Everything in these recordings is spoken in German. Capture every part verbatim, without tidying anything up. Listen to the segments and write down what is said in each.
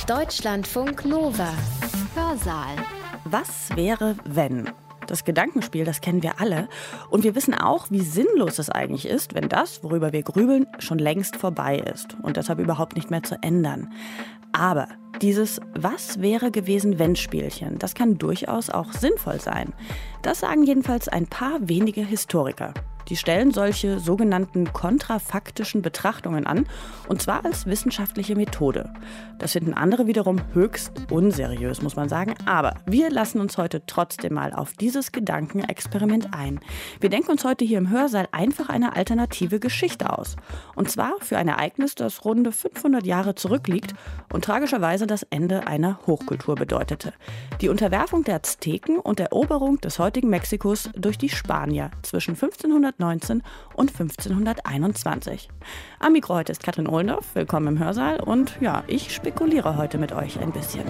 Deutschlandfunk Nova. Hörsaal. Was wäre, wenn? Das Gedankenspiel, das kennen wir alle. Und wir wissen auch, wie sinnlos es eigentlich ist, wenn das, worüber wir grübeln, schon längst vorbei ist und deshalb überhaupt nicht mehr zu ändern. Aber dieses Was wäre gewesen, wenn Spielchen, das kann durchaus auch sinnvoll sein. Das sagen jedenfalls ein paar wenige Historiker. Die stellen solche sogenannten kontrafaktischen Betrachtungen an, und zwar als wissenschaftliche Methode. Das finden andere wiederum höchst unseriös, muss man sagen. Aber wir lassen uns heute trotzdem mal auf dieses Gedankenexperiment ein. Wir denken uns heute hier im Hörsaal einfach eine alternative Geschichte aus. Und zwar für ein Ereignis, das runde fünfhundert Jahre zurückliegt und tragischerweise das Ende einer Hochkultur bedeutete. Die Unterwerfung der Azteken und Eroberung des heutigen Mexikos durch die Spanier zwischen fünfzehnhundertneunzehn und fünfzehnhunderteinundzwanzig. Am Mikro heute ist Katrin Ohlendorf. Willkommen im Hörsaal. Und ja, ich spekuliere heute mit euch ein bisschen.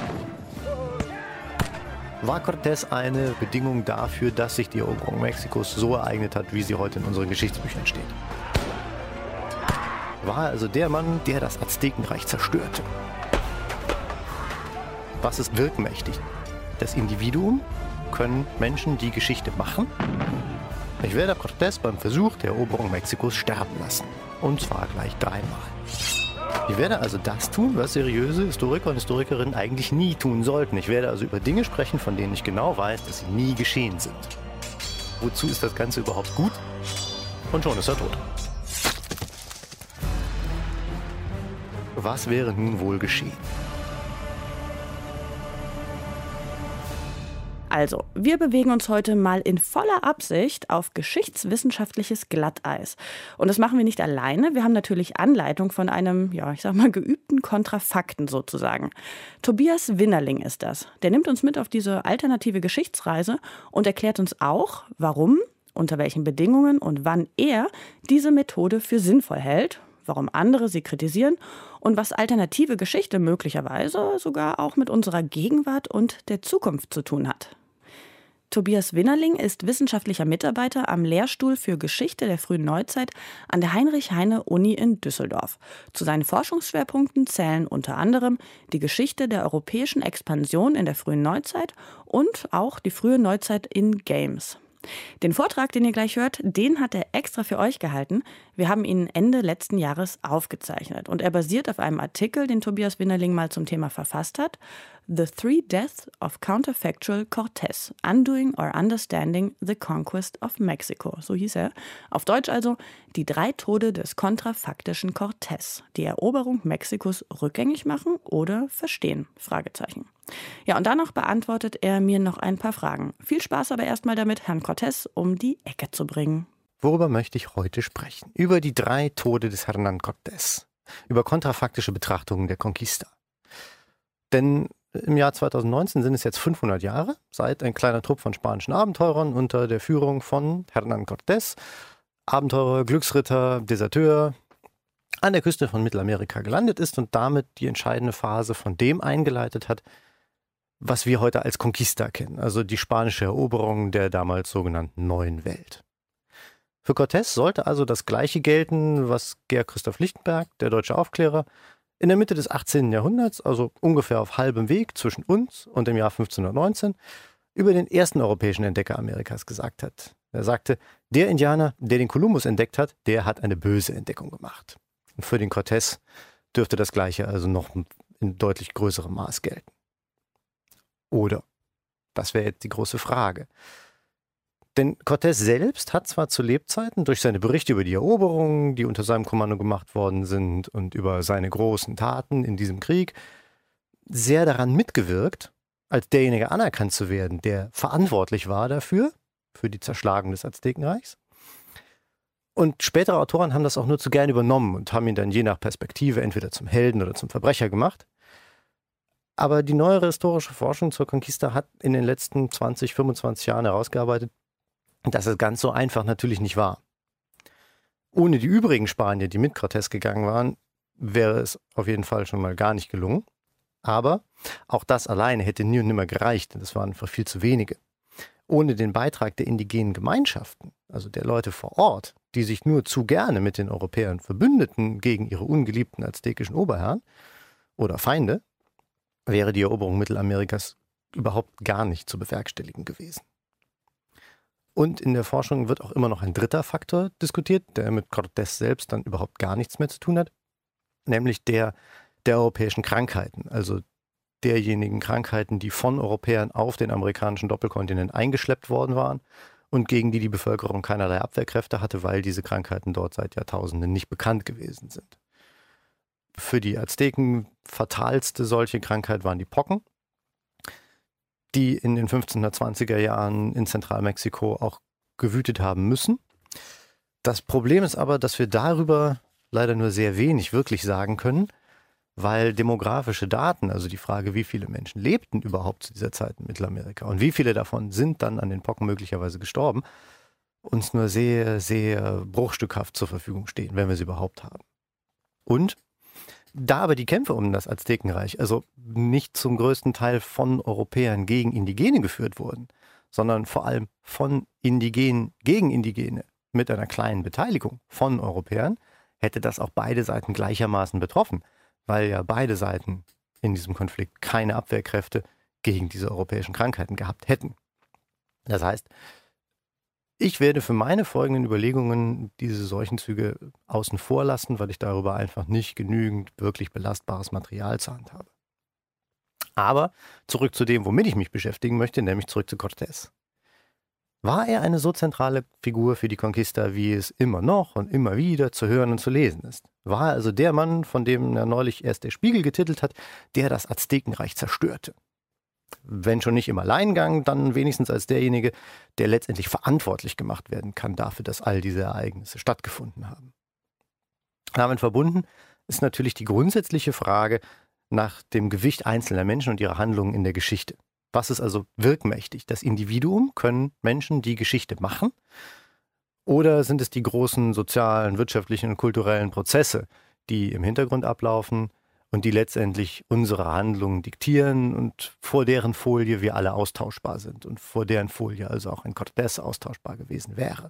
War Cortés eine Bedingung dafür, dass sich die Eroberung Mexikos so ereignet hat, wie sie heute in unseren Geschichtsbüchern steht? War er also der Mann, der das Aztekenreich zerstörte? Was ist wirkmächtig? Das Individuum? Können Menschen die Geschichte machen? Ich werde Cortés beim Versuch der Eroberung Mexikos sterben lassen. Und zwar gleich dreimal. Ich werde also das tun, was seriöse Historiker und Historikerinnen eigentlich nie tun sollten. Ich werde also über Dinge sprechen, von denen ich genau weiß, dass sie nie geschehen sind. Wozu ist das Ganze überhaupt gut? Und schon ist er tot. Was wäre nun wohl geschehen? Also, wir bewegen uns heute mal in voller Absicht auf geschichtswissenschaftliches Glatteis. Und das machen wir nicht alleine. Wir haben natürlich Anleitung von einem, ja, ich sag mal, geübten Kontrafakten sozusagen. Tobias Winnerling ist das. Der nimmt uns mit auf diese alternative Geschichtsreise und erklärt uns auch, warum, unter welchen Bedingungen und wann er diese Methode für sinnvoll hält, warum andere sie kritisieren und was alternative Geschichte möglicherweise sogar auch mit unserer Gegenwart und der Zukunft zu tun hat. Tobias Winnerling ist wissenschaftlicher Mitarbeiter am Lehrstuhl für Geschichte der frühen Neuzeit an der Heinrich-Heine-Uni in Düsseldorf. Zu seinen Forschungsschwerpunkten zählen unter anderem die Geschichte der europäischen Expansion in der frühen Neuzeit und auch die frühe Neuzeit in Games. Den Vortrag, den ihr gleich hört, den hat er extra für euch gehalten. Wir haben ihn Ende letzten Jahres aufgezeichnet. Und er basiert auf einem Artikel, den Tobias Winnerling mal zum Thema verfasst hat. The Three Deaths of Counterfactual Cortés, Undoing or Understanding the Conquest of Mexico. So hieß er. Auf Deutsch also die drei Tode des kontrafaktischen Cortés. Die Eroberung Mexikos rückgängig machen oder verstehen? Fragezeichen. Ja, und danach beantwortet er mir noch ein paar Fragen. Viel Spaß aber erstmal damit, Herrn Cortés um die Ecke zu bringen. Worüber möchte ich heute sprechen? Über die drei Tode des Hernán Cortés. Über kontrafaktische Betrachtungen der Conquista. Denn im Jahr zweitausendneunzehn sind es jetzt fünfhundert Jahre, seit ein kleiner Trupp von spanischen Abenteurern unter der Führung von Hernán Cortés, Abenteurer, Glücksritter, Deserteur, an der Küste von Mittelamerika gelandet ist und damit die entscheidende Phase von dem eingeleitet hat, was wir heute als Conquista kennen, also die spanische Eroberung der damals sogenannten Neuen Welt. Für Cortés sollte also das Gleiche gelten, was Georg Christoph Lichtenberg, der deutsche Aufklärer, in der Mitte des achtzehnten Jahrhunderts, also ungefähr auf halbem Weg zwischen uns und dem Jahr fünfzehnhundertneunzehn, über den ersten europäischen Entdecker Amerikas gesagt hat. Er sagte, der Indianer, der den Kolumbus entdeckt hat, der hat eine böse Entdeckung gemacht. Und für den Cortés dürfte das Gleiche also noch in deutlich größerem Maß gelten. Oder? Das wäre jetzt die große Frage. Denn Cortés selbst hat zwar zu Lebzeiten durch seine Berichte über die Eroberungen, die unter seinem Kommando gemacht worden sind und über seine großen Taten in diesem Krieg, sehr daran mitgewirkt, als derjenige anerkannt zu werden, der verantwortlich war dafür, für die Zerschlagung des Aztekenreichs. Und spätere Autoren haben das auch nur zu gern übernommen und haben ihn dann je nach Perspektive entweder zum Helden oder zum Verbrecher gemacht. Aber die neuere historische Forschung zur Conquista hat in den letzten zwanzig, fünfundzwanzig Jahren herausgearbeitet, dass es ganz so einfach natürlich nicht war. Ohne die übrigen Spanier, die mit Cortés gegangen waren, wäre es auf jeden Fall schon mal gar nicht gelungen. Aber auch das alleine hätte nie und nimmer gereicht, denn das waren einfach viel zu wenige. Ohne den Beitrag der indigenen Gemeinschaften, also der Leute vor Ort, die sich nur zu gerne mit den Europäern verbündeten gegen ihre ungeliebten aztekischen Oberherren oder Feinde, wäre die Eroberung Mittelamerikas überhaupt gar nicht zu bewerkstelligen gewesen. Und in der Forschung wird auch immer noch ein dritter Faktor diskutiert, der mit Cortés selbst dann überhaupt gar nichts mehr zu tun hat, nämlich der der europäischen Krankheiten, also derjenigen Krankheiten, die von Europäern auf den amerikanischen Doppelkontinent eingeschleppt worden waren und gegen die die Bevölkerung keinerlei Abwehrkräfte hatte, weil diese Krankheiten dort seit Jahrtausenden nicht bekannt gewesen sind. Für die Azteken fatalste solche Krankheit waren die Pocken, die in den fünfzehnhundertzwanziger Jahren in Zentralmexiko auch gewütet haben müssen. Das Problem ist aber, dass wir darüber leider nur sehr wenig wirklich sagen können, weil demografische Daten, also die Frage, wie viele Menschen lebten überhaupt zu dieser Zeit in Mittelamerika und wie viele davon sind dann an den Pocken möglicherweise gestorben, uns nur sehr, sehr bruchstückhaft zur Verfügung stehen, wenn wir sie überhaupt haben. Und da aber die Kämpfe um das Aztekenreich also nicht zum größten Teil von Europäern gegen Indigene geführt wurden, sondern vor allem von Indigenen gegen Indigene mit einer kleinen Beteiligung von Europäern, hätte das auch beide Seiten gleichermaßen betroffen, weil ja beide Seiten in diesem Konflikt keine Abwehrkräfte gegen diese europäischen Krankheiten gehabt hätten. Das heißt, ich werde für meine folgenden Überlegungen diese Seuchenzüge außen vor lassen, weil ich darüber einfach nicht genügend wirklich belastbares Material zur Hand habe. Aber zurück zu dem, womit ich mich beschäftigen möchte, nämlich zurück zu Cortés. War er eine so zentrale Figur für die Conquista, wie es immer noch und immer wieder zu hören und zu lesen ist? War er also der Mann, von dem er neulich erst der Spiegel getitelt hat, der das Aztekenreich zerstörte? Wenn schon nicht im Alleingang, dann wenigstens als derjenige, der letztendlich verantwortlich gemacht werden kann dafür, dass all diese Ereignisse stattgefunden haben. Damit verbunden ist natürlich die grundsätzliche Frage nach dem Gewicht einzelner Menschen und ihrer Handlungen in der Geschichte. Was ist also wirkmächtig? Das Individuum? Können Menschen die Geschichte machen? Oder sind es die großen sozialen, wirtschaftlichen und kulturellen Prozesse, die im Hintergrund ablaufen und die letztendlich unsere Handlungen diktieren und vor deren Folie wir alle austauschbar sind und vor deren Folie also auch ein Cortés austauschbar gewesen wäre?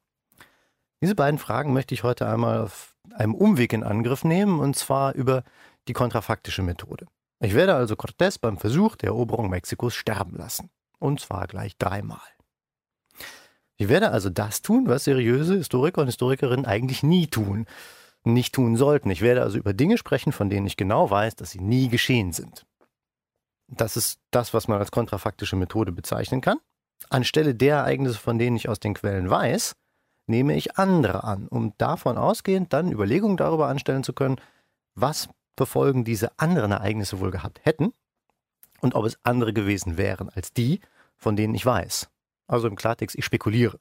Diese beiden Fragen möchte ich heute einmal auf einem Umweg in Angriff nehmen, und zwar über die kontrafaktische Methode. Ich werde also Cortés beim Versuch der Eroberung Mexikos sterben lassen. Und zwar gleich dreimal. Ich werde also das tun, was seriöse Historiker und Historikerinnen eigentlich nie tun, nicht tun sollten. Ich werde also über Dinge sprechen, von denen ich genau weiß, dass sie nie geschehen sind. Das ist das, was man als kontrafaktische Methode bezeichnen kann. Anstelle der Ereignisse, von denen ich aus den Quellen weiß, nehme ich andere an, um davon ausgehend dann Überlegungen darüber anstellen zu können, was für Folgen diese anderen Ereignisse wohl gehabt hätten und ob es andere gewesen wären als die, von denen ich weiß. Also im Klartext, ich spekuliere.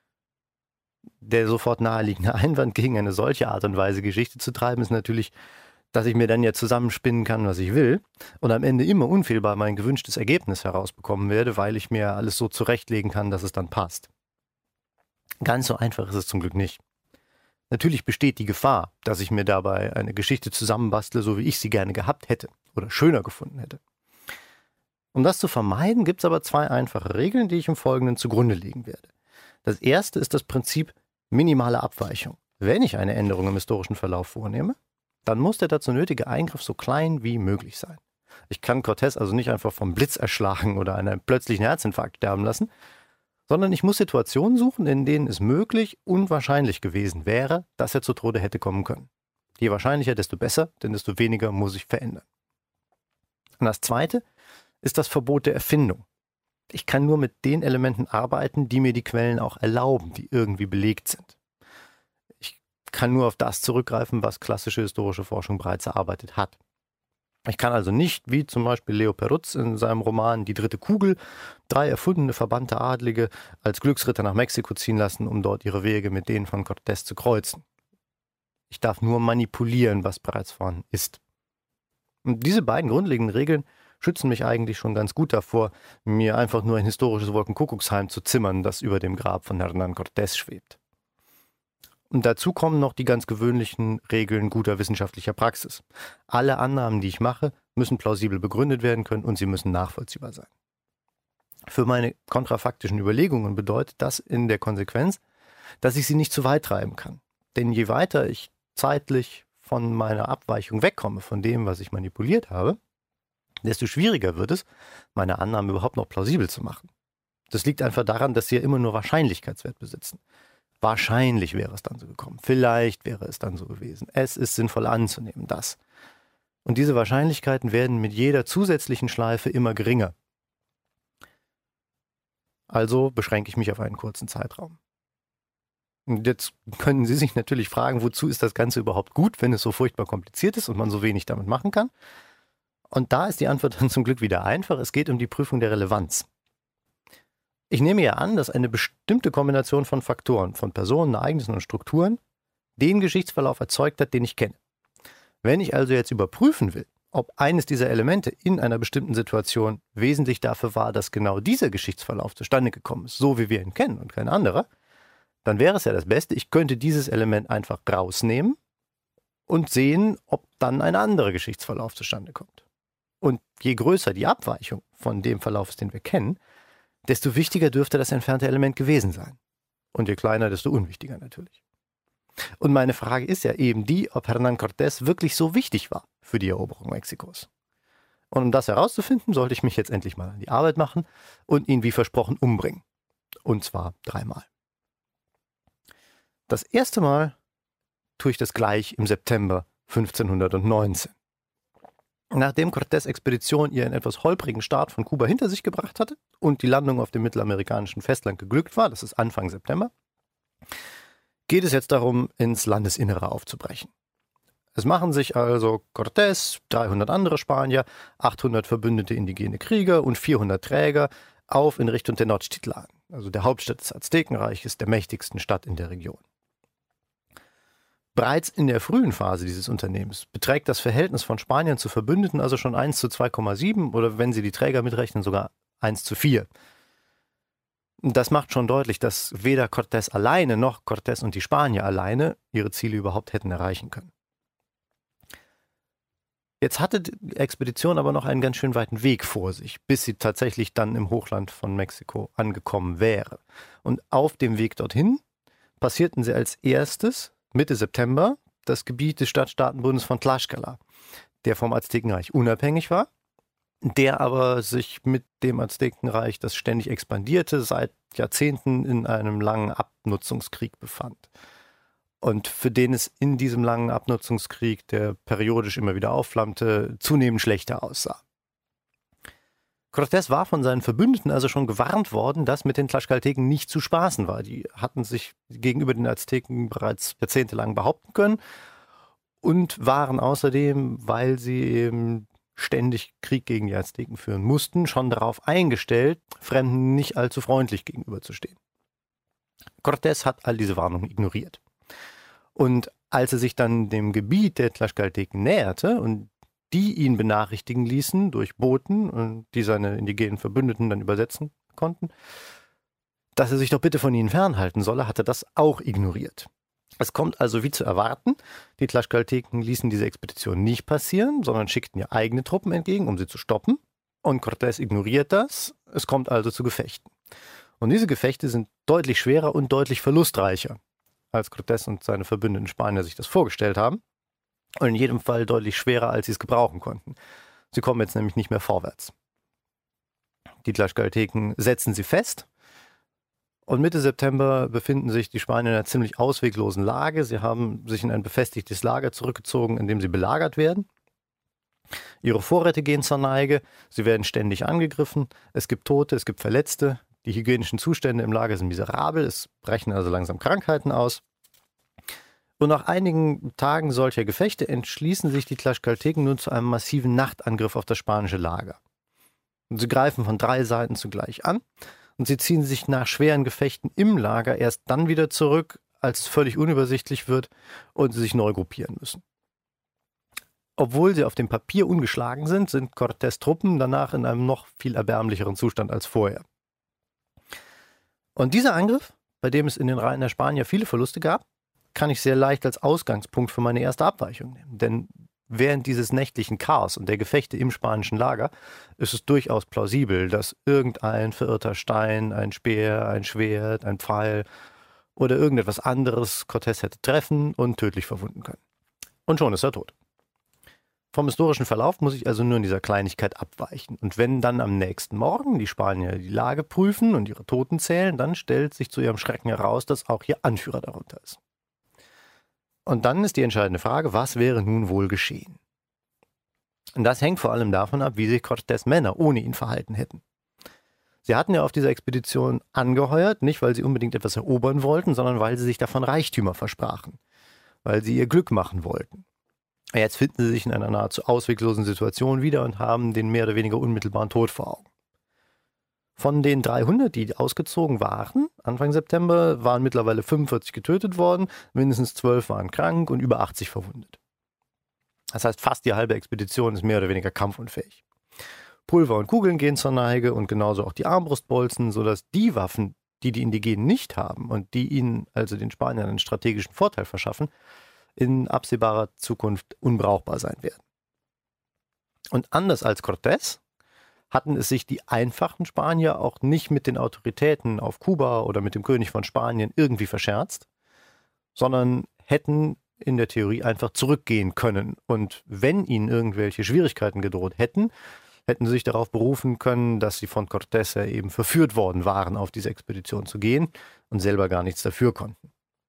Der sofort naheliegende Einwand gegen eine solche Art und Weise Geschichte zu treiben, ist natürlich, dass ich mir dann ja zusammenspinnen kann, was ich will und am Ende immer unfehlbar mein gewünschtes Ergebnis herausbekommen werde, weil ich mir alles so zurechtlegen kann, dass es dann passt. Ganz so einfach ist es zum Glück nicht. Natürlich besteht die Gefahr, dass ich mir dabei eine Geschichte zusammenbastle, so wie ich sie gerne gehabt hätte oder schöner gefunden hätte. Um das zu vermeiden, gibt es aber zwei einfache Regeln, die ich im Folgenden zugrunde legen werde. Das erste ist das Prinzip minimale Abweichung. Wenn ich eine Änderung im historischen Verlauf vornehme, dann muss der dazu nötige Eingriff so klein wie möglich sein. Ich kann Cortés also nicht einfach vom Blitz erschlagen oder einen plötzlichen Herzinfarkt sterben lassen, sondern ich muss Situationen suchen, in denen es möglich und wahrscheinlich gewesen wäre, dass er zu Tode hätte kommen können. Je wahrscheinlicher, desto besser, denn desto weniger muss ich verändern. Und das Zweite ist das Verbot der Erfindung. Ich kann nur mit den Elementen arbeiten, die mir die Quellen auch erlauben, die irgendwie belegt sind. Ich kann nur auf das zurückgreifen, was klassische historische Forschung bereits erarbeitet hat. Ich kann also nicht, wie zum Beispiel Leo Perutz in seinem Roman Die dritte Kugel, drei erfundene verbannte Adlige als Glücksritter nach Mexiko ziehen lassen, um dort ihre Wege mit denen von Cortés zu kreuzen. Ich darf nur manipulieren, was bereits vorhanden ist. Und diese beiden grundlegenden Regeln schützen mich eigentlich schon ganz gut davor, mir einfach nur ein historisches Wolkenkuckucksheim zu zimmern, das über dem Grab von Hernán Cortés schwebt. Und dazu kommen noch die ganz gewöhnlichen Regeln guter wissenschaftlicher Praxis. Alle Annahmen, die ich mache, müssen plausibel begründet werden können und sie müssen nachvollziehbar sein. Für meine kontrafaktischen Überlegungen bedeutet das in der Konsequenz, dass ich sie nicht zu weit treiben kann. Denn je weiter ich zeitlich von meiner Abweichung wegkomme, von dem, was ich manipuliert habe, desto schwieriger wird es, meine Annahmen überhaupt noch plausibel zu machen. Das liegt einfach daran, dass sie ja immer nur Wahrscheinlichkeitswert besitzen. Wahrscheinlich wäre es dann so gekommen. Vielleicht wäre es dann so gewesen. Es ist sinnvoll anzunehmen, das. Und diese Wahrscheinlichkeiten werden mit jeder zusätzlichen Schleife immer geringer. Also beschränke ich mich auf einen kurzen Zeitraum. Und jetzt können Sie sich natürlich fragen, wozu ist das Ganze überhaupt gut, wenn es so furchtbar kompliziert ist und man so wenig damit machen kann? Und da ist die Antwort dann zum Glück wieder einfach. Es geht um die Prüfung der Relevanz. Ich nehme ja an, dass eine bestimmte Kombination von Faktoren, von Personen, Ereignissen und Strukturen den Geschichtsverlauf erzeugt hat, den ich kenne. Wenn ich also jetzt überprüfen will, ob eines dieser Elemente in einer bestimmten Situation wesentlich dafür war, dass genau dieser Geschichtsverlauf zustande gekommen ist, so wie wir ihn kennen und kein anderer, dann wäre es ja das Beste, ich könnte dieses Element einfach rausnehmen und sehen, ob dann ein anderer Geschichtsverlauf zustande kommt. Und je größer die Abweichung von dem Verlauf ist, den wir kennen, desto wichtiger dürfte das entfernte Element gewesen sein. Und je kleiner, desto unwichtiger natürlich. Und meine Frage ist ja eben die, ob Hernán Cortés wirklich so wichtig war für die Eroberung Mexikos. Und um das herauszufinden, sollte ich mich jetzt endlich mal an die Arbeit machen und ihn wie versprochen umbringen. Und zwar dreimal. Das erste Mal tue ich das gleich im September fünfzehnhundertneunzehn. Nachdem Cortés' Expedition ihren etwas holprigen Start von Kuba hinter sich gebracht hatte und die Landung auf dem mittelamerikanischen Festland geglückt war, das ist Anfang September, geht es jetzt darum, ins Landesinnere aufzubrechen. Es machen sich also Cortés, dreihundert andere Spanier, achthundert verbündete indigene Krieger und vierhundert Träger auf in Richtung Tenochtitlan, also der Hauptstadt des Aztekenreiches, der mächtigsten Stadt in der Region. Bereits in der frühen Phase dieses Unternehmens beträgt das Verhältnis von Spaniern zu Verbündeten also schon eins zu zwei Komma sieben oder wenn Sie die Träger mitrechnen, sogar eins zu vier. Das macht schon deutlich, dass weder Cortés alleine noch Cortés und die Spanier alleine ihre Ziele überhaupt hätten erreichen können. Jetzt hatte die Expedition aber noch einen ganz schön weiten Weg vor sich, bis sie tatsächlich dann im Hochland von Mexiko angekommen wäre. Und auf dem Weg dorthin passierten sie als erstes Mitte September das Gebiet des Stadtstaatenbundes von Tlaxcala, der vom Aztekenreich unabhängig war, der aber sich mit dem Aztekenreich, das ständig expandierte, seit Jahrzehnten in einem langen Abnutzungskrieg befand. Und für den es in diesem langen Abnutzungskrieg, der periodisch immer wieder aufflammte, zunehmend schlechter aussah. Cortés war von seinen Verbündeten also schon gewarnt worden, dass mit den Tlaxcalteken nicht zu spaßen war. Die hatten sich gegenüber den Azteken bereits jahrzehntelang behaupten können und waren außerdem, weil sie eben ständig Krieg gegen die Azteken führen mussten, schon darauf eingestellt, Fremden nicht allzu freundlich gegenüberzustehen. Cortés hat all diese Warnungen ignoriert. Und als er sich dann dem Gebiet der Tlaxcalteken näherte und die ihn benachrichtigen ließen durch Boten, die seine indigenen Verbündeten dann übersetzen konnten, dass er sich doch bitte von ihnen fernhalten solle, hat er das auch ignoriert. Es kommt also wie zu erwarten, die Tlaxcalteken ließen diese Expedition nicht passieren, sondern schickten ihr eigene Truppen entgegen, um sie zu stoppen. Und Cortés ignoriert das, es kommt also zu Gefechten. Und diese Gefechte sind deutlich schwerer und deutlich verlustreicher, als Cortés und seine verbündeten Spanier sich das vorgestellt haben. Und in jedem Fall deutlich schwerer, als sie es gebrauchen konnten. Sie kommen jetzt nämlich nicht mehr vorwärts. Die Tlaxcalteken setzen sie fest. Und Mitte September befinden sich die Spanier in einer ziemlich ausweglosen Lage. Sie haben sich in ein befestigtes Lager zurückgezogen, in dem sie belagert werden. Ihre Vorräte gehen zur Neige. Sie werden ständig angegriffen. Es gibt Tote, es gibt Verletzte. Die hygienischen Zustände im Lager sind miserabel. Es brechen also langsam Krankheiten aus. Und nach einigen Tagen solcher Gefechte entschließen sich die Tlaxcalteken nun zu einem massiven Nachtangriff auf das spanische Lager. Und sie greifen von drei Seiten zugleich an und sie ziehen sich nach schweren Gefechten im Lager erst dann wieder zurück, als es völlig unübersichtlich wird und sie sich neu gruppieren müssen. Obwohl sie auf dem Papier ungeschlagen sind, sind Cortés' Truppen danach in einem noch viel erbärmlicheren Zustand als vorher. Und dieser Angriff, bei dem es in den Reihen der Spanier viele Verluste gab, kann ich sehr leicht als Ausgangspunkt für meine erste Abweichung nehmen. Denn während dieses nächtlichen Chaos und der Gefechte im spanischen Lager ist es durchaus plausibel, dass irgendein verirrter Stein, ein Speer, ein Schwert, ein Pfeil oder irgendetwas anderes Cortés hätte treffen und tödlich verwunden können. Und schon ist er tot. Vom historischen Verlauf muss ich also nur in dieser Kleinigkeit abweichen. Und wenn dann am nächsten Morgen die Spanier die Lage prüfen und ihre Toten zählen, dann stellt sich zu ihrem Schrecken heraus, dass auch ihr Anführer darunter ist. Und dann ist die entscheidende Frage, was wäre nun wohl geschehen? Und das hängt vor allem davon ab, wie sich Cortés Männer ohne ihn verhalten hätten. Sie hatten ja auf dieser Expedition angeheuert, nicht weil sie unbedingt etwas erobern wollten, sondern weil sie sich davon Reichtümer versprachen, weil sie ihr Glück machen wollten. Jetzt finden sie sich in einer nahezu ausweglosen Situation wieder und haben den mehr oder weniger unmittelbaren Tod vor Augen. Von den dreihundert, die ausgezogen waren, Anfang September, waren mittlerweile fünfundvierzig getötet worden, mindestens zwölf waren krank und über achtzig verwundet. Das heißt, fast die halbe Expedition ist mehr oder weniger kampfunfähig. Pulver und Kugeln gehen zur Neige und genauso auch die Armbrustbolzen, sodass die Waffen, die die Indigenen nicht haben und die ihnen, also den Spaniern, einen strategischen Vorteil verschaffen, in absehbarer Zukunft unbrauchbar sein werden. Und anders als Cortés hatten es sich die einfachen Spanier auch nicht mit den Autoritäten auf Kuba oder mit dem König von Spanien irgendwie verscherzt, sondern hätten in der Theorie einfach zurückgehen können. Und wenn ihnen irgendwelche Schwierigkeiten gedroht hätten, hätten sie sich darauf berufen können, dass sie von Cortés ja eben verführt worden waren, auf diese Expedition zu gehen und selber gar nichts dafür konnten.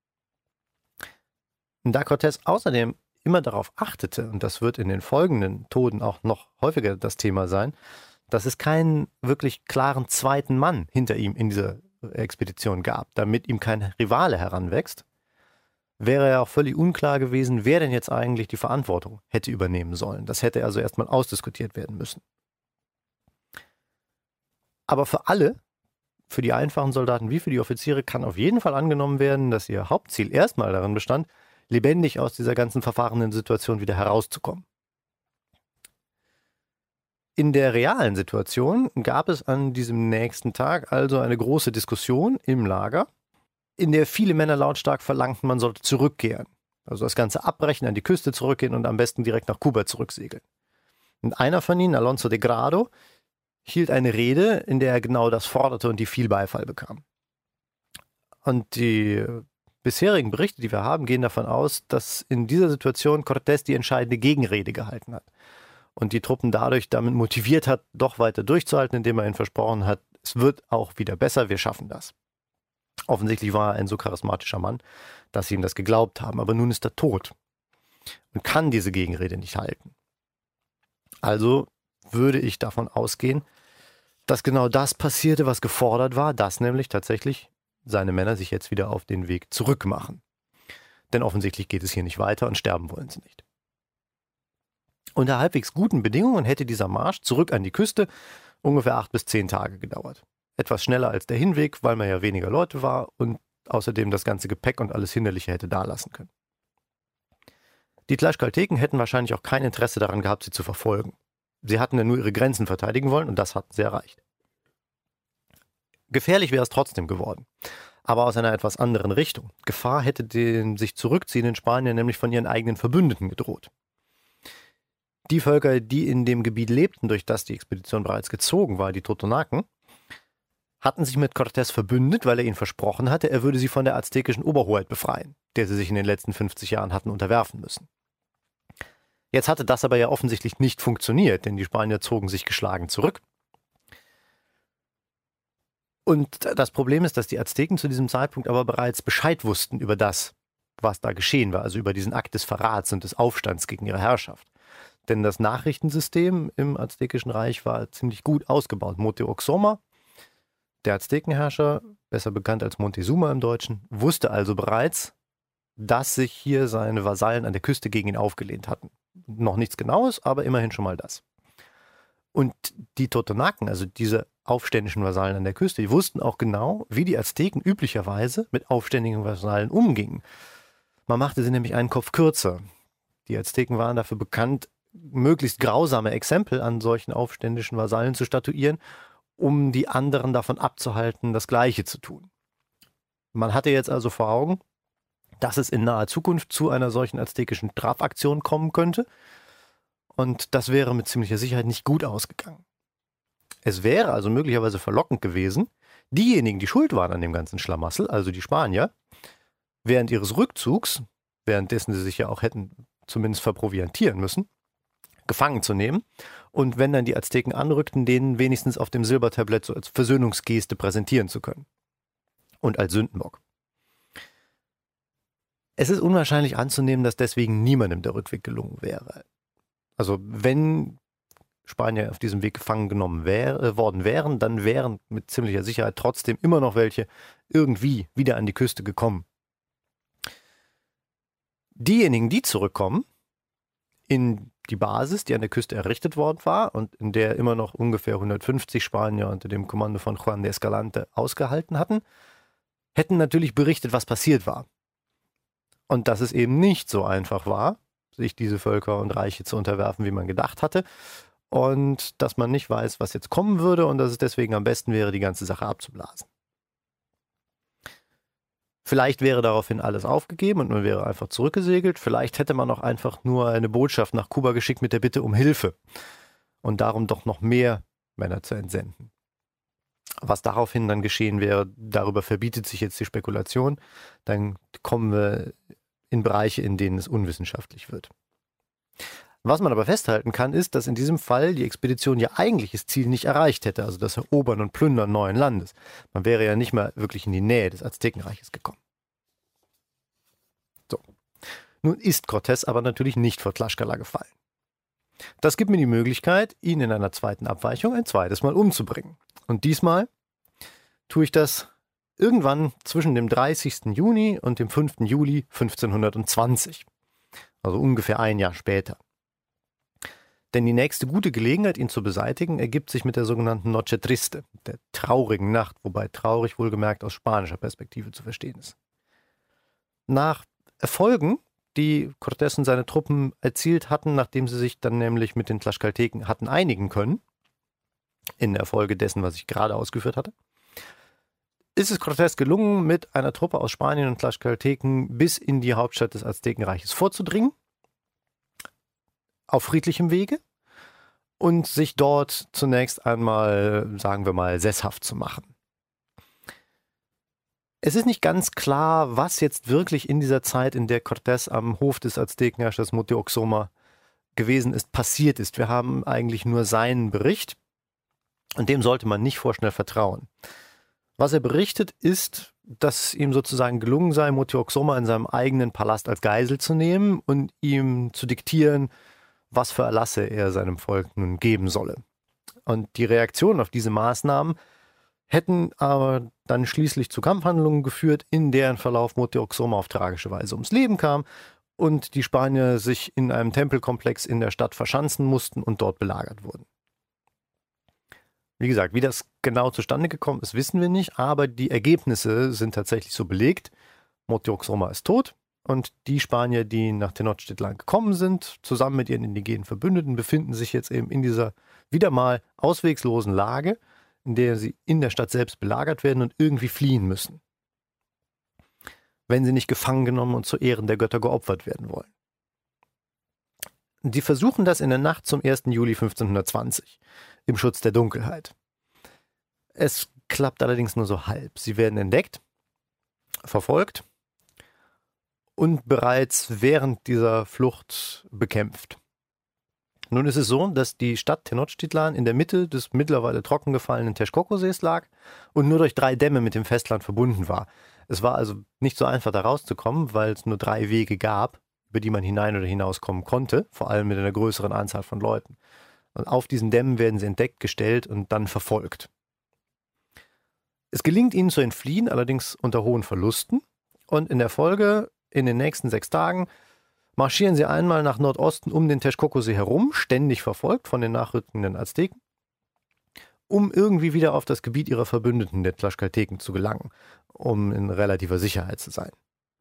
Und da Cortés außerdem immer darauf achtete, und das wird in den folgenden Toden auch noch häufiger das Thema sein, dass es keinen wirklich klaren zweiten Mann hinter ihm in dieser Expedition gab, damit ihm kein Rivale heranwächst, wäre ja auch völlig unklar gewesen, wer denn jetzt eigentlich die Verantwortung hätte übernehmen sollen. Das hätte also erstmal ausdiskutiert werden müssen. Aber für alle, für die einfachen Soldaten wie für die Offiziere, kann auf jeden Fall angenommen werden, dass ihr Hauptziel erstmal darin bestand, lebendig aus dieser ganzen verfahrenen Situation wieder herauszukommen. In der realen Situation gab es an diesem nächsten Tag also eine große Diskussion im Lager, in der viele Männer lautstark verlangten, man sollte zurückkehren. Also das Ganze abbrechen, an die Küste zurückgehen und am besten direkt nach Kuba zurücksegeln. Und einer von ihnen, Alonso de Grado, hielt eine Rede, in der er genau das forderte und die viel Beifall bekam. Und die bisherigen Berichte, die wir haben, gehen davon aus, dass in dieser Situation Cortés die entscheidende Gegenrede gehalten hat und die Truppen dadurch damit motiviert hat, doch weiter durchzuhalten, indem er ihnen versprochen hat, es wird auch wieder besser, wir schaffen das. Offensichtlich war er ein so charismatischer Mann, dass sie ihm das geglaubt haben, aber nun ist er tot und kann diese Gegenrede nicht halten. Also würde ich davon ausgehen, dass genau das passierte, was gefordert war, dass nämlich tatsächlich seine Männer sich jetzt wieder auf den Weg zurück machen. Denn offensichtlich geht es hier nicht weiter und sterben wollen sie nicht. Unter halbwegs guten Bedingungen hätte dieser Marsch zurück an die Küste ungefähr acht bis zehn Tage gedauert. Etwas schneller als der Hinweg, weil man ja weniger Leute war und außerdem das ganze Gepäck und alles Hinderliche hätte dalassen können. Die Tlaxcalteken hätten wahrscheinlich auch kein Interesse daran gehabt, sie zu verfolgen. Sie hatten ja nur ihre Grenzen verteidigen wollen und das hatten sie erreicht. Gefährlich wäre es trotzdem geworden, aber aus einer etwas anderen Richtung. Gefahr hätte den sich zurückziehenden Spaniern nämlich von ihren eigenen Verbündeten gedroht. Die Völker, die in dem Gebiet lebten, durch das die Expedition bereits gezogen war, die Totonaken, hatten sich mit Cortés verbündet, weil er ihnen versprochen hatte, er würde sie von der aztekischen Oberhoheit befreien, der sie sich in den letzten fünfzig Jahren hatten unterwerfen müssen. Jetzt hatte das aber ja offensichtlich nicht funktioniert, denn die Spanier zogen sich geschlagen zurück. Und das Problem ist, dass die Azteken zu diesem Zeitpunkt aber bereits Bescheid wussten über das, was da geschehen war, also über diesen Akt des Verrats und des Aufstands gegen ihre Herrschaft. Denn das Nachrichtensystem im Aztekischen Reich war ziemlich gut ausgebaut. Moctezuma, der Aztekenherrscher, besser bekannt als Montezuma im Deutschen, wusste also bereits, dass sich hier seine Vasallen an der Küste gegen ihn aufgelehnt hatten. Noch nichts Genaues, aber immerhin schon mal das. Und die Totonaken, also diese aufständischen Vasallen an der Küste, die wussten auch genau, wie die Azteken üblicherweise mit aufständigen Vasallen umgingen. Man machte sie nämlich einen Kopf kürzer. Die Azteken waren dafür bekannt, möglichst grausame Exempel an solchen aufständischen Vasallen zu statuieren, um die anderen davon abzuhalten, das Gleiche zu tun. Man hatte jetzt also vor Augen, dass es in naher Zukunft zu einer solchen aztekischen Strafaktion kommen könnte. Und das wäre mit ziemlicher Sicherheit nicht gut ausgegangen. Es wäre also möglicherweise verlockend gewesen, diejenigen, die schuld waren an dem ganzen Schlamassel, also die Spanier, während ihres Rückzugs, währenddessen sie sich ja auch hätten zumindest verproviantieren müssen, gefangen zu nehmen und wenn dann die Azteken anrückten, denen wenigstens auf dem Silbertablett so als Versöhnungsgeste präsentieren zu können und als Sündenbock. Es ist unwahrscheinlich anzunehmen, dass deswegen niemandem der Rückweg gelungen wäre. Also wenn Spanier auf diesem Weg gefangen genommen wär, äh, worden wären, dann wären mit ziemlicher Sicherheit trotzdem immer noch welche irgendwie wieder an die Küste gekommen. Diejenigen, die zurückkommen in die Basis, die an der Küste errichtet worden war und in der immer noch ungefähr hundertfünfzig Spanier unter dem Kommando von Juan de Escalante ausgehalten hatten, hätten natürlich berichtet, was passiert war. Und dass es eben nicht so einfach war, sich diese Völker und Reiche zu unterwerfen, wie man gedacht hatte. Und dass man nicht weiß, was jetzt kommen würde und dass es deswegen am besten wäre, die ganze Sache abzublasen. Vielleicht wäre daraufhin alles aufgegeben und man wäre einfach zurückgesegelt. Vielleicht hätte man auch einfach nur eine Botschaft nach Kuba geschickt mit der Bitte um Hilfe und darum doch noch mehr Männer zu entsenden. Was daraufhin dann geschehen wäre, darüber verbietet sich jetzt die Spekulation. Dann kommen wir in Bereiche, in denen es unwissenschaftlich wird. Was man aber festhalten kann, ist, dass in diesem Fall die Expedition ihr eigentliches Ziel nicht erreicht hätte, also das Erobern und Plündern neuen Landes. Man wäre ja nicht mal wirklich in die Nähe des Aztekenreiches gekommen. So. Nun ist Cortés aber natürlich nicht vor Tlaxcala gefallen. Das gibt mir die Möglichkeit, ihn in einer zweiten Abweichung ein zweites Mal umzubringen. Und diesmal tue ich das irgendwann zwischen dem dreißigsten Juni und dem fünften Juli fünfzehnhundertzwanzig. Also ungefähr ein Jahr später. Denn die nächste gute Gelegenheit, ihn zu beseitigen, ergibt sich mit der sogenannten Noche Triste, der traurigen Nacht, wobei traurig wohlgemerkt aus spanischer Perspektive zu verstehen ist. Nach Erfolgen, die Cortés und seine Truppen erzielt hatten, nachdem sie sich dann nämlich mit den Tlaxcalteken hatten einigen können, in der Folge dessen, was ich gerade ausgeführt hatte, ist es Cortés gelungen, mit einer Truppe aus Spanien und Tlaxcalteken bis in die Hauptstadt des Aztekenreiches vorzudringen, auf friedlichem Wege und sich dort zunächst einmal, sagen wir mal, sesshaft zu machen. Es ist nicht ganz klar, was jetzt wirklich in dieser Zeit, in der Cortés am Hof des Aztekenherrschers Moctezuma gewesen ist, passiert ist. Wir haben eigentlich nur seinen Bericht und dem sollte man nicht vorschnell vertrauen. Was er berichtet, ist, dass ihm sozusagen gelungen sei, Moctezuma in seinem eigenen Palast als Geisel zu nehmen und ihm zu diktieren, was für Erlasse er seinem Volk nun geben solle. Und die Reaktionen auf diese Maßnahmen hätten aber dann schließlich zu Kampfhandlungen geführt, in deren Verlauf Moctezuma auf tragische Weise ums Leben kam und die Spanier sich in einem Tempelkomplex in der Stadt verschanzen mussten und dort belagert wurden. Wie gesagt, wie das genau zustande gekommen ist, wissen wir nicht, aber die Ergebnisse sind tatsächlich so belegt. Moctezuma ist tot. Und die Spanier, die nach Tenochtitlan gekommen sind, zusammen mit ihren indigenen Verbündeten, befinden sich jetzt eben in dieser wieder mal auswegslosen Lage, in der sie in der Stadt selbst belagert werden und irgendwie fliehen müssen, wenn sie nicht gefangen genommen und zu Ehren der Götter geopfert werden wollen. Die versuchen das in der Nacht zum ersten Juli fünfzehnhundertzwanzig, im Schutz der Dunkelheit. Es klappt allerdings nur so halb. Sie werden entdeckt, verfolgt und bereits während dieser Flucht bekämpft. Nun ist es so, dass die Stadt Tenochtitlan in der Mitte des mittlerweile trocken gefallenen Texcoco-Sees lag und nur durch drei Dämme mit dem Festland verbunden war. Es war also nicht so einfach, da rauszukommen, weil es nur drei Wege gab, über die man hinein oder hinauskommen konnte, vor allem mit einer größeren Anzahl von Leuten. Und auf diesen Dämmen werden sie entdeckt, gestellt und dann verfolgt. Es gelingt ihnen zu entfliehen, allerdings unter hohen Verlusten. Und in der Folge, in den nächsten sechs Tagen, marschieren sie einmal nach Nordosten um den Texcoco-See herum, ständig verfolgt von den nachrückenden Azteken, um irgendwie wieder auf das Gebiet ihrer Verbündeten, der Tlaxcalteken, zu gelangen, um in relativer Sicherheit zu sein.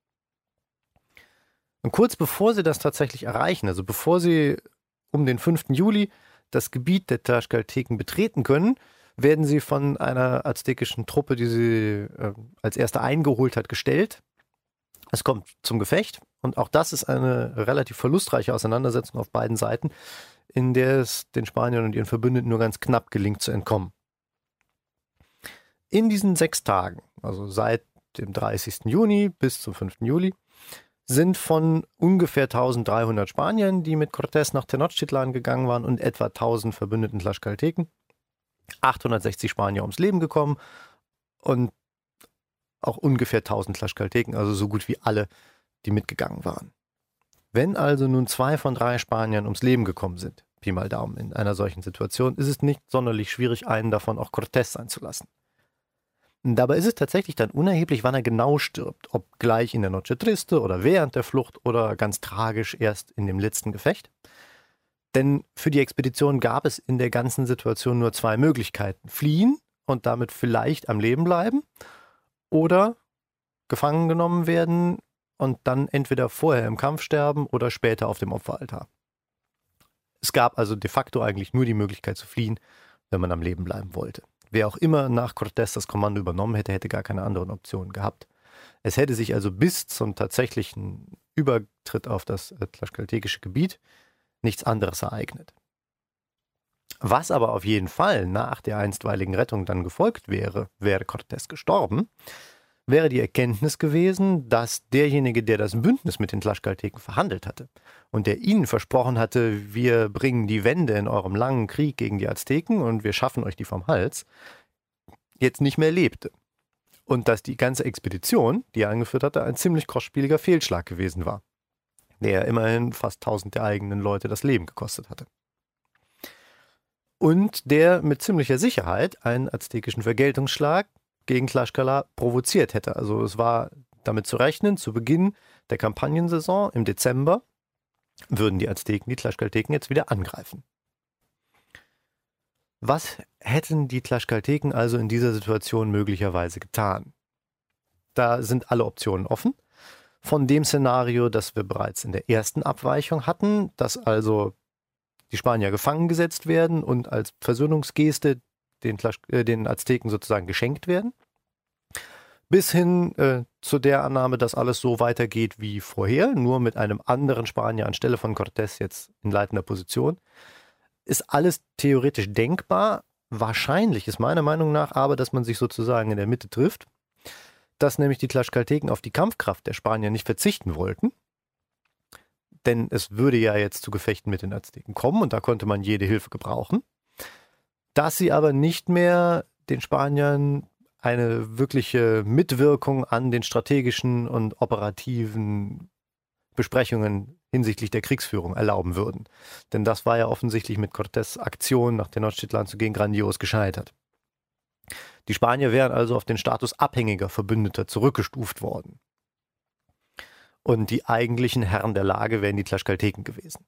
Und kurz bevor sie das tatsächlich erreichen, also bevor sie um den fünften Juli das Gebiet der Tlaxcalteken betreten können, werden sie von einer aztekischen Truppe, die sie äh, als erste eingeholt hat, gestellt. Es kommt zum Gefecht und auch das ist eine relativ verlustreiche Auseinandersetzung auf beiden Seiten, in der es den Spaniern und ihren Verbündeten nur ganz knapp gelingt zu entkommen. In diesen sechs Tagen, also seit dem dreißigsten Juni bis zum fünften Juli, sind von ungefähr dreizehnhundert Spaniern, die mit Cortés nach Tenochtitlan gegangen waren, und etwa tausend verbündeten Tlaxcalteken, achthundertsechzig Spanier ums Leben gekommen und auch ungefähr tausend Tlaxcalteken, also so gut wie alle, die mitgegangen waren. Wenn also nun zwei von drei Spaniern ums Leben gekommen sind, Pi mal Daumen, in einer solchen Situation, ist es nicht sonderlich schwierig, einen davon auch Cortés sein zu lassen. Dabei ist es tatsächlich dann unerheblich, wann er genau stirbt, ob gleich in der Noche Triste oder während der Flucht oder ganz tragisch erst in dem letzten Gefecht. Denn für die Expedition gab es in der ganzen Situation nur zwei Möglichkeiten: fliehen und damit vielleicht am Leben bleiben oder gefangen genommen werden und dann entweder vorher im Kampf sterben oder später auf dem Opferaltar. Es gab also de facto eigentlich nur die Möglichkeit zu fliehen, wenn man am Leben bleiben wollte. Wer auch immer nach Cortés das Kommando übernommen hätte, hätte gar keine anderen Optionen gehabt. Es hätte sich also bis zum tatsächlichen Übertritt auf das äh, tlaxcaltekische Gebiet nichts anderes ereignet. Was aber auf jeden Fall nach der einstweiligen Rettung dann gefolgt wäre, wäre Cortés gestorben, wäre die Erkenntnis gewesen, dass derjenige, der das Bündnis mit den Tlaxcalteken verhandelt hatte und der ihnen versprochen hatte, wir bringen die Wende in eurem langen Krieg gegen die Azteken und wir schaffen euch die vom Hals, jetzt nicht mehr lebte. Und dass die ganze Expedition, die er angeführt hatte, ein ziemlich kostspieliger Fehlschlag gewesen war, der immerhin fast tausend der eigenen Leute das Leben gekostet hatte. Und der mit ziemlicher Sicherheit einen aztekischen Vergeltungsschlag gegen Tlaxcala provoziert hätte. Also es war damit zu rechnen, zu Beginn der Kampagnensaison im Dezember würden die Azteken die Tlaxcalteken jetzt wieder angreifen. Was hätten die Tlaxcalteken also in dieser Situation möglicherweise getan? Da sind alle Optionen offen. Von dem Szenario, das wir bereits in der ersten Abweichung hatten, dass also die Spanier gefangen gesetzt werden und als Versöhnungsgeste den, Tlax- äh, den Azteken sozusagen geschenkt werden, bis hin äh, zu der Annahme, dass alles so weitergeht wie vorher, nur mit einem anderen Spanier anstelle von Cortés jetzt in leitender Position, ist alles theoretisch denkbar. Wahrscheinlich ist meiner Meinung nach aber, dass man sich sozusagen in der Mitte trifft, dass nämlich die Tlaxcalteken auf die Kampfkraft der Spanier nicht verzichten wollten, denn es würde ja jetzt zu Gefechten mit den Azteken kommen und da konnte man jede Hilfe gebrauchen, dass sie aber nicht mehr den Spaniern eine wirkliche Mitwirkung an den strategischen und operativen Besprechungen hinsichtlich der Kriegsführung erlauben würden. Denn das war ja offensichtlich mit Cortés' Aktion nach Tenochtitlan zu gehen grandios gescheitert. Die Spanier wären also auf den Status abhängiger Verbündeter zurückgestuft worden. Und die eigentlichen Herren der Lage wären die Tlaxcalteken gewesen.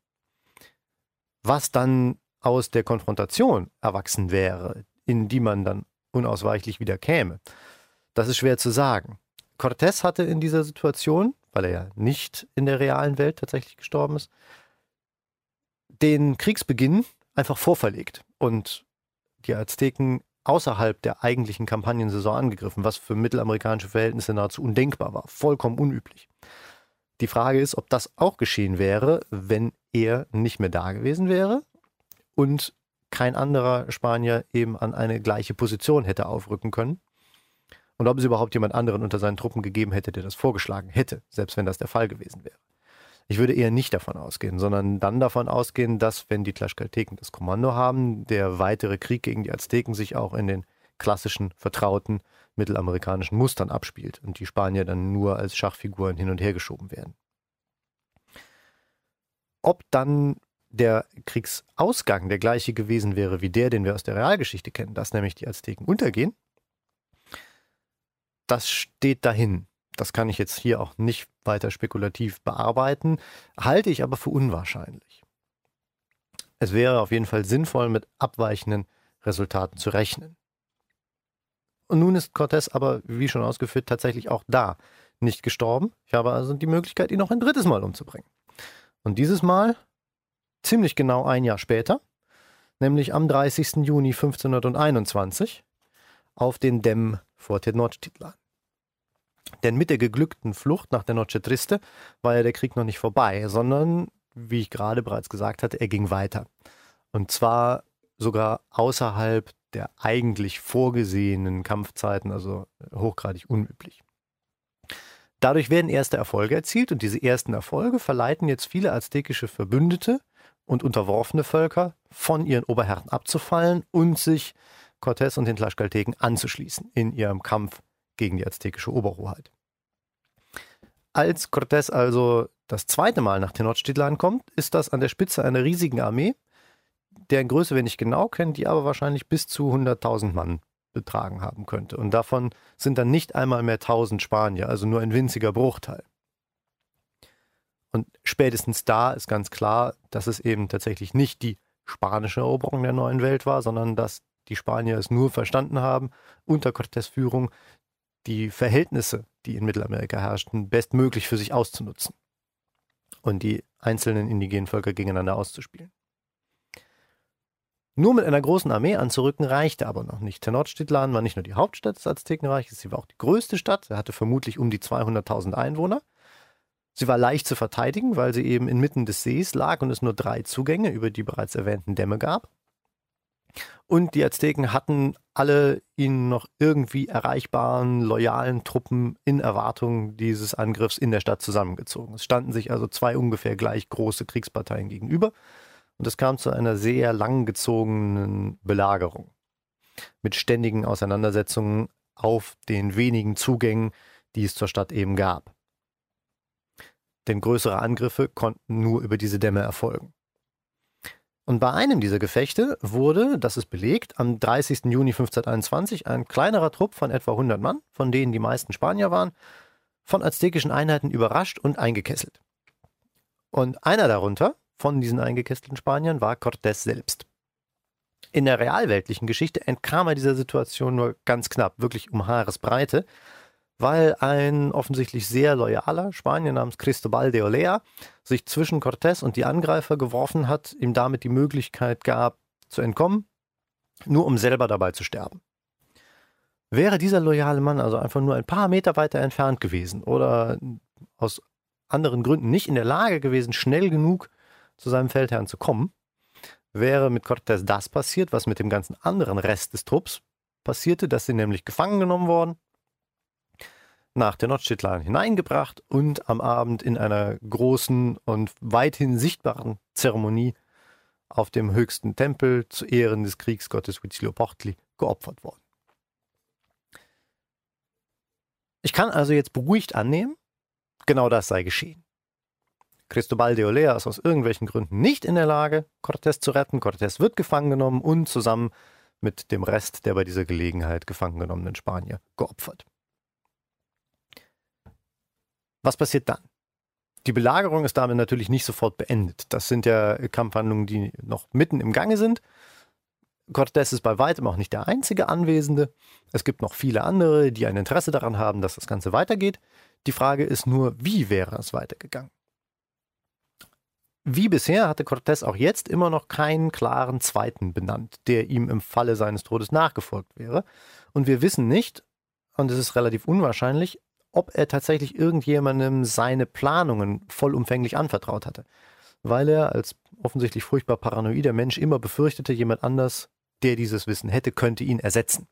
Was dann aus der Konfrontation erwachsen wäre, in die man dann unausweichlich wieder käme, das ist schwer zu sagen. Cortés hatte in dieser Situation, weil er ja nicht in der realen Welt tatsächlich gestorben ist, den Kriegsbeginn einfach vorverlegt und die Azteken außerhalb der eigentlichen Kampagnensaison angegriffen, was für mittelamerikanische Verhältnisse nahezu undenkbar war, vollkommen unüblich. Die Frage ist, ob das auch geschehen wäre, wenn er nicht mehr da gewesen wäre und kein anderer Spanier eben an eine gleiche Position hätte aufrücken können. Und ob es überhaupt jemand anderen unter seinen Truppen gegeben hätte, der das vorgeschlagen hätte, selbst wenn das der Fall gewesen wäre. Ich würde eher nicht davon ausgehen, sondern dann davon ausgehen, dass, wenn die Tlaxcalteken das Kommando haben, der weitere Krieg gegen die Azteken sich auch in den klassischen, vertrauten mittelamerikanischen Mustern abspielt und die Spanier dann nur als Schachfiguren hin und her geschoben werden. Ob dann der Kriegsausgang der gleiche gewesen wäre wie der, den wir aus der Realgeschichte kennen, dass nämlich die Azteken untergehen, das steht dahin. Das kann ich jetzt hier auch nicht weiter spekulativ bearbeiten, halte ich aber für unwahrscheinlich. Es wäre auf jeden Fall sinnvoll, mit abweichenden Resultaten zu rechnen. Und nun ist Cortés aber, wie schon ausgeführt, tatsächlich auch da nicht gestorben. Ich habe also die Möglichkeit, ihn noch ein drittes Mal umzubringen. Und dieses Mal ziemlich genau ein Jahr später, nämlich am dreißigsten Juni fünfzehnhunderteinundzwanzig, auf den Dämmen vor Tenochtitlan. Denn mit der geglückten Flucht nach der Noche Triste war ja der Krieg noch nicht vorbei, sondern, wie ich gerade bereits gesagt hatte, er ging weiter. Und zwar sogar außerhalb der eigentlich vorgesehenen Kampfzeiten, also hochgradig unüblich. Dadurch werden erste Erfolge erzielt und diese ersten Erfolge verleiten jetzt viele aztekische Verbündete und unterworfene Völker von ihren Oberherren abzufallen und sich Cortés und den Tlaxcalteken anzuschließen in ihrem Kampf gegen die aztekische Oberhoheit. Als Cortés also das zweite Mal nach Tenochtitlan kommt, ist das an der Spitze einer riesigen Armee, deren Größe wir nicht genau kennen, die aber wahrscheinlich bis zu hunderttausend Mann betragen haben könnte. Und davon sind dann nicht einmal mehr tausend Spanier, also nur ein winziger Bruchteil. Und spätestens da ist ganz klar, dass es eben tatsächlich nicht die spanische Eroberung der neuen Welt war, sondern dass die Spanier es nur verstanden haben, unter Cortés' Führung die Verhältnisse, die in Mittelamerika herrschten, bestmöglich für sich auszunutzen und die einzelnen indigenen Völker gegeneinander auszuspielen. Nur mit einer großen Armee anzurücken reichte aber noch nicht. Tenochtitlan war nicht nur die Hauptstadt des Aztekenreiches, sie war auch die größte Stadt. Sie hatte vermutlich um die zweihunderttausend Einwohner. Sie war leicht zu verteidigen, weil sie eben inmitten des Sees lag und es nur drei Zugänge über die bereits erwähnten Dämme gab. Und die Azteken hatten alle ihnen noch irgendwie erreichbaren, loyalen Truppen in Erwartung dieses Angriffs in der Stadt zusammengezogen. Es standen sich also zwei ungefähr gleich große Kriegsparteien gegenüber. Und es kam zu einer sehr langgezogenen Belagerung mit ständigen Auseinandersetzungen auf den wenigen Zugängen, die es zur Stadt eben gab. Denn größere Angriffe konnten nur über diese Dämme erfolgen. Und bei einem dieser Gefechte wurde, das ist belegt, am dreißigsten Juni fünfzehnhunderteinundzwanzig ein kleinerer Trupp von etwa hundert Mann, von denen die meisten Spanier waren, von aztekischen Einheiten überrascht und eingekesselt. Und einer darunter, von diesen eingekesselten Spaniern, war Cortés selbst. In der realweltlichen Geschichte entkam er dieser Situation nur ganz knapp, wirklich um Haaresbreite, weil ein offensichtlich sehr loyaler Spanier namens Cristobal de Olea sich zwischen Cortés und die Angreifer geworfen hat, ihm damit die Möglichkeit gab, zu entkommen, nur um selber dabei zu sterben. Wäre dieser loyale Mann also einfach nur ein paar Meter weiter entfernt gewesen oder aus anderen Gründen nicht in der Lage gewesen, schnell genug zu seinem Feldherrn zu kommen, wäre mit Cortés das passiert, was mit dem ganzen anderen Rest des Trupps passierte, dass sie nämlich gefangen genommen worden, nach Tenochtitlan hineingebracht und am Abend in einer großen und weithin sichtbaren Zeremonie auf dem höchsten Tempel zu Ehren des Kriegsgottes Huitzilopochtli geopfert worden. Ich kann also jetzt beruhigt annehmen, genau das sei geschehen. Cristobal de Olea ist aus irgendwelchen Gründen nicht in der Lage, Cortés zu retten. Cortés wird gefangen genommen und zusammen mit dem Rest der bei dieser Gelegenheit gefangen genommenen Spanier geopfert. Was passiert dann? Die Belagerung ist damit natürlich nicht sofort beendet. Das sind ja Kampfhandlungen, die noch mitten im Gange sind. Cortés ist bei weitem auch nicht der einzige Anwesende. Es gibt noch viele andere, die ein Interesse daran haben, dass das Ganze weitergeht. Die Frage ist nur, wie wäre es weitergegangen? Wie bisher hatte Cortés auch jetzt immer noch keinen klaren Zweiten benannt, der ihm im Falle seines Todes nachgefolgt wäre. Und wir wissen nicht, und es ist relativ unwahrscheinlich, ob er tatsächlich irgendjemandem seine Planungen vollumfänglich anvertraut hatte, weil er als offensichtlich furchtbar paranoider Mensch immer befürchtete, jemand anders, der dieses Wissen hätte, könnte ihn ersetzen.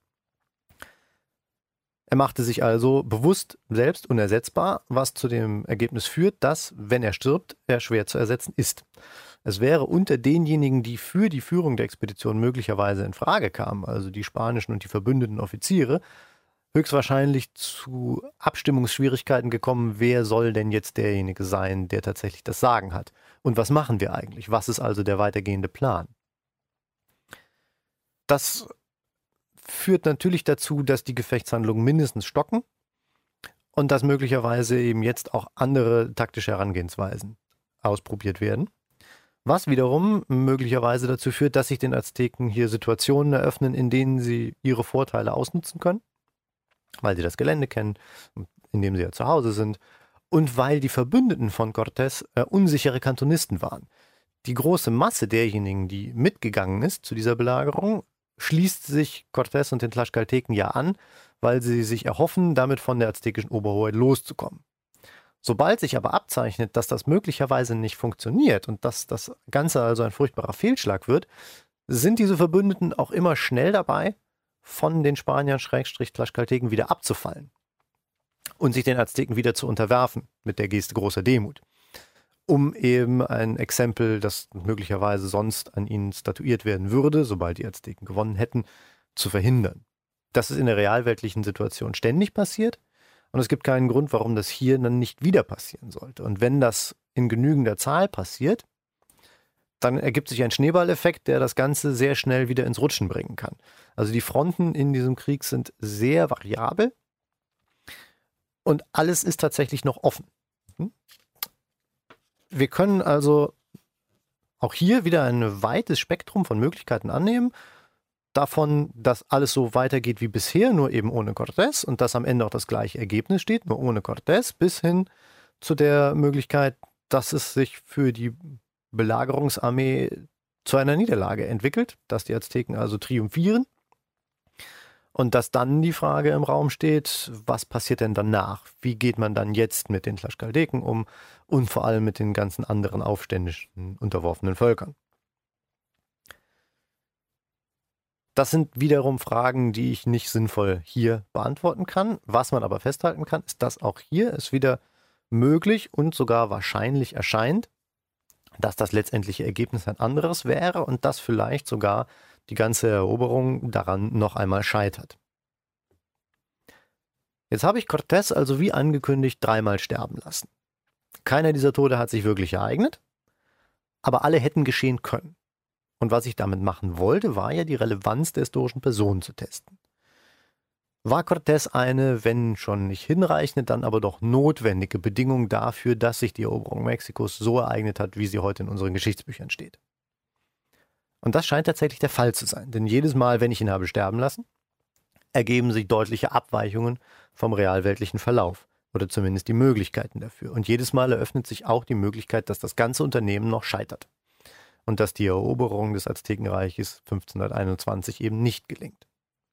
Er machte sich also bewusst selbst unersetzbar, was zu dem Ergebnis führt, dass, wenn er stirbt, er schwer zu ersetzen ist. Es wäre unter denjenigen, die für die Führung der Expedition möglicherweise in Frage kamen, also die spanischen und die verbündeten Offiziere, höchstwahrscheinlich zu Abstimmungsschwierigkeiten gekommen, wer soll denn jetzt derjenige sein, der tatsächlich das Sagen hat. Und was machen wir eigentlich? Was ist also der weitergehende Plan? Das führt natürlich dazu, dass die Gefechtshandlungen mindestens stocken und dass möglicherweise eben jetzt auch andere taktische Herangehensweisen ausprobiert werden. Was wiederum möglicherweise dazu führt, dass sich den Azteken hier Situationen eröffnen, in denen sie ihre Vorteile ausnutzen können, weil sie das Gelände kennen, in dem sie ja zu Hause sind und weil die Verbündeten von Cortés äh, unsichere Kantonisten waren. Die große Masse derjenigen, die mitgegangen ist zu dieser Belagerung, schließt sich Cortés und den Tlaxcalteken ja an, weil sie sich erhoffen, damit von der aztekischen Oberhoheit loszukommen. Sobald sich aber abzeichnet, dass das möglicherweise nicht funktioniert und dass das Ganze also ein furchtbarer Fehlschlag wird, sind diese Verbündeten auch immer schnell dabei, von den Spaniern Schrägstrich Tlaxcalteken wieder abzufallen. und sich den Azteken wieder zu unterwerfen, mit der Geste großer Demut, um eben ein Exempel, das möglicherweise sonst an ihnen statuiert werden würde, sobald die Azteken gewonnen hätten, zu verhindern. Das ist in der realweltlichen Situation ständig passiert und es gibt keinen Grund, warum das hier dann nicht wieder passieren sollte. Und wenn das in genügender Zahl passiert, dann ergibt sich ein Schneeballeffekt, der das Ganze sehr schnell wieder ins Rutschen bringen kann. Also die Fronten in diesem Krieg sind sehr variabel und alles ist tatsächlich noch offen. Wir können also auch hier wieder ein weites Spektrum von Möglichkeiten annehmen. Davon, dass alles so weitergeht wie bisher, nur eben ohne Cortés und dass am Ende auch das gleiche Ergebnis steht, nur ohne Cortés, bis hin zu der Möglichkeit, dass es sich für die Belagerungsarmee zu einer Niederlage entwickelt, dass die Azteken also triumphieren und dass dann die Frage im Raum steht, was passiert denn danach? Wie geht man dann jetzt mit den Tlaxcalteken um und vor allem mit den ganzen anderen aufständischen, unterworfenen Völkern? Das sind wiederum Fragen, die ich nicht sinnvoll hier beantworten kann. Was man aber festhalten kann, ist, dass auch hier es wieder möglich und sogar wahrscheinlich erscheint, dass das letztendliche Ergebnis ein anderes wäre und dass vielleicht sogar die ganze Eroberung daran noch einmal scheitert. Jetzt habe ich Cortés also wie angekündigt dreimal sterben lassen. Keiner dieser Tode hat sich wirklich ereignet, aber alle hätten geschehen können. Und was ich damit machen wollte, war ja die Relevanz der historischen Person zu testen. War Cortés eine, wenn schon nicht hinreichende, dann aber doch notwendige Bedingung dafür, dass sich die Eroberung Mexikos so ereignet hat, wie sie heute in unseren Geschichtsbüchern steht? Und das scheint tatsächlich der Fall zu sein, denn jedes Mal, wenn ich ihn habe sterben lassen, ergeben sich deutliche Abweichungen vom realweltlichen Verlauf oder zumindest die Möglichkeiten dafür. Und jedes Mal eröffnet sich auch die Möglichkeit, dass das ganze Unternehmen noch scheitert. Und dass die Eroberung des Aztekenreiches fünfzehnhunderteinundzwanzig eben nicht gelingt.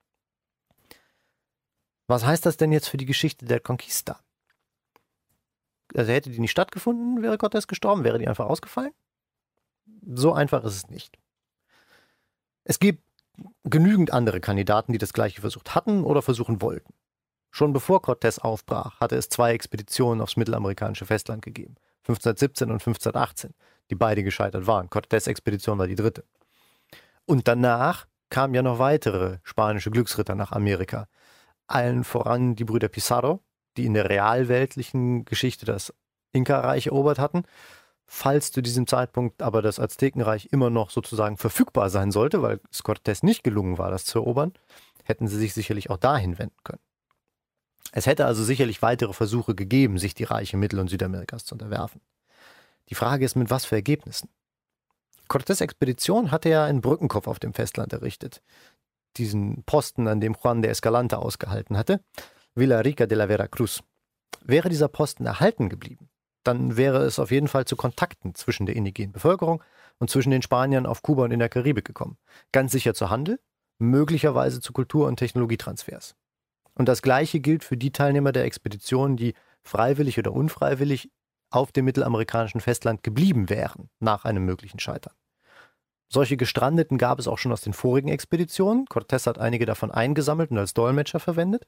Was heißt das denn jetzt für die Geschichte der Conquista? Also hätte die nicht stattgefunden, wäre Cortés gestorben, wäre die einfach ausgefallen? So einfach ist es nicht. Es gibt genügend andere Kandidaten, die das Gleiche versucht hatten oder versuchen wollten. Schon bevor Cortés aufbrach, hatte es zwei Expeditionen aufs mittelamerikanische Festland gegeben, fünfzehnhundertsiebzehn und fünfzehnhundertachtzehn, die beide gescheitert waren. Cortés-Expedition war die dritte. Und danach kamen ja noch weitere spanische Glücksritter nach Amerika. Allen voran die Brüder Pizarro, die in der realweltlichen Geschichte das Inka-Reich erobert hatten. Falls zu diesem Zeitpunkt aber das Aztekenreich immer noch sozusagen verfügbar sein sollte, weil es Cortés nicht gelungen war, das zu erobern, hätten sie sich sicherlich auch dahin wenden können. Es hätte also sicherlich weitere Versuche gegeben, sich die Reiche Mittel- und Südamerikas zu unterwerfen. Die Frage ist, mit was für Ergebnissen? Cortés' Expedition hatte ja einen Brückenkopf auf dem Festland errichtet. Diesen Posten, an dem Juan de Escalante ausgehalten hatte, Villarrica de la Veracruz. Wäre dieser Posten erhalten geblieben, dann wäre es auf jeden Fall zu Kontakten zwischen der indigenen Bevölkerung und zwischen den Spaniern auf Kuba und in der Karibik gekommen. Ganz sicher zu Handel, möglicherweise zu Kultur- und Technologietransfers. Und das Gleiche gilt für die Teilnehmer der Expedition, die freiwillig oder unfreiwillig auf dem mittelamerikanischen Festland geblieben wären, nach einem möglichen Scheitern. Solche Gestrandeten gab es auch schon aus den vorigen Expeditionen. Cortés hat einige davon eingesammelt und als Dolmetscher verwendet.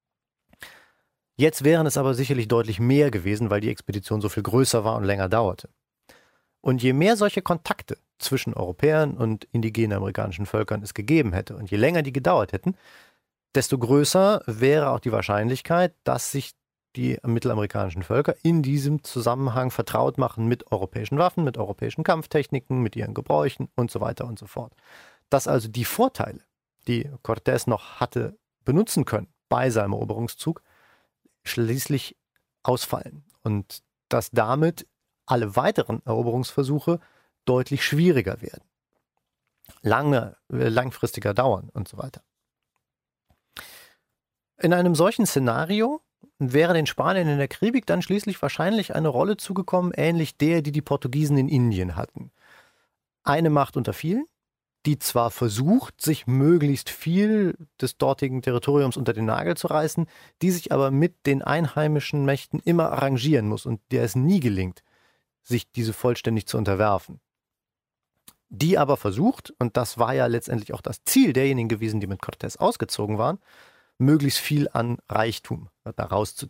Jetzt wären es aber sicherlich deutlich mehr gewesen, weil die Expedition so viel größer war und länger dauerte. Und je mehr solche Kontakte zwischen Europäern und indigenen amerikanischen Völkern es gegeben hätte und je länger die gedauert hätten, desto größer wäre auch die Wahrscheinlichkeit, dass sich die mittelamerikanischen Völker in diesem Zusammenhang vertraut machen mit europäischen Waffen, mit europäischen Kampftechniken, mit ihren Gebräuchen und so weiter und so fort. Dass also die Vorteile, die Cortés noch hatte benutzen können bei seinem Eroberungszug, schließlich ausfallen und dass damit alle weiteren Eroberungsversuche deutlich schwieriger werden, lange, langfristiger dauern und so weiter. In einem solchen Szenario wäre den Spaniern in der Karibik dann schließlich wahrscheinlich eine Rolle zugekommen, ähnlich der, die die Portugiesen in Indien hatten. Eine Macht unter vielen, die zwar versucht, sich möglichst viel des dortigen Territoriums unter den Nagel zu reißen, die sich aber mit den einheimischen Mächten immer arrangieren muss und der es nie gelingt, sich diese vollständig zu unterwerfen. Die aber versucht, und das war ja letztendlich auch das Ziel derjenigen gewesen, die mit Cortés ausgezogen waren, möglichst viel an Reichtum daraus zu ziehen.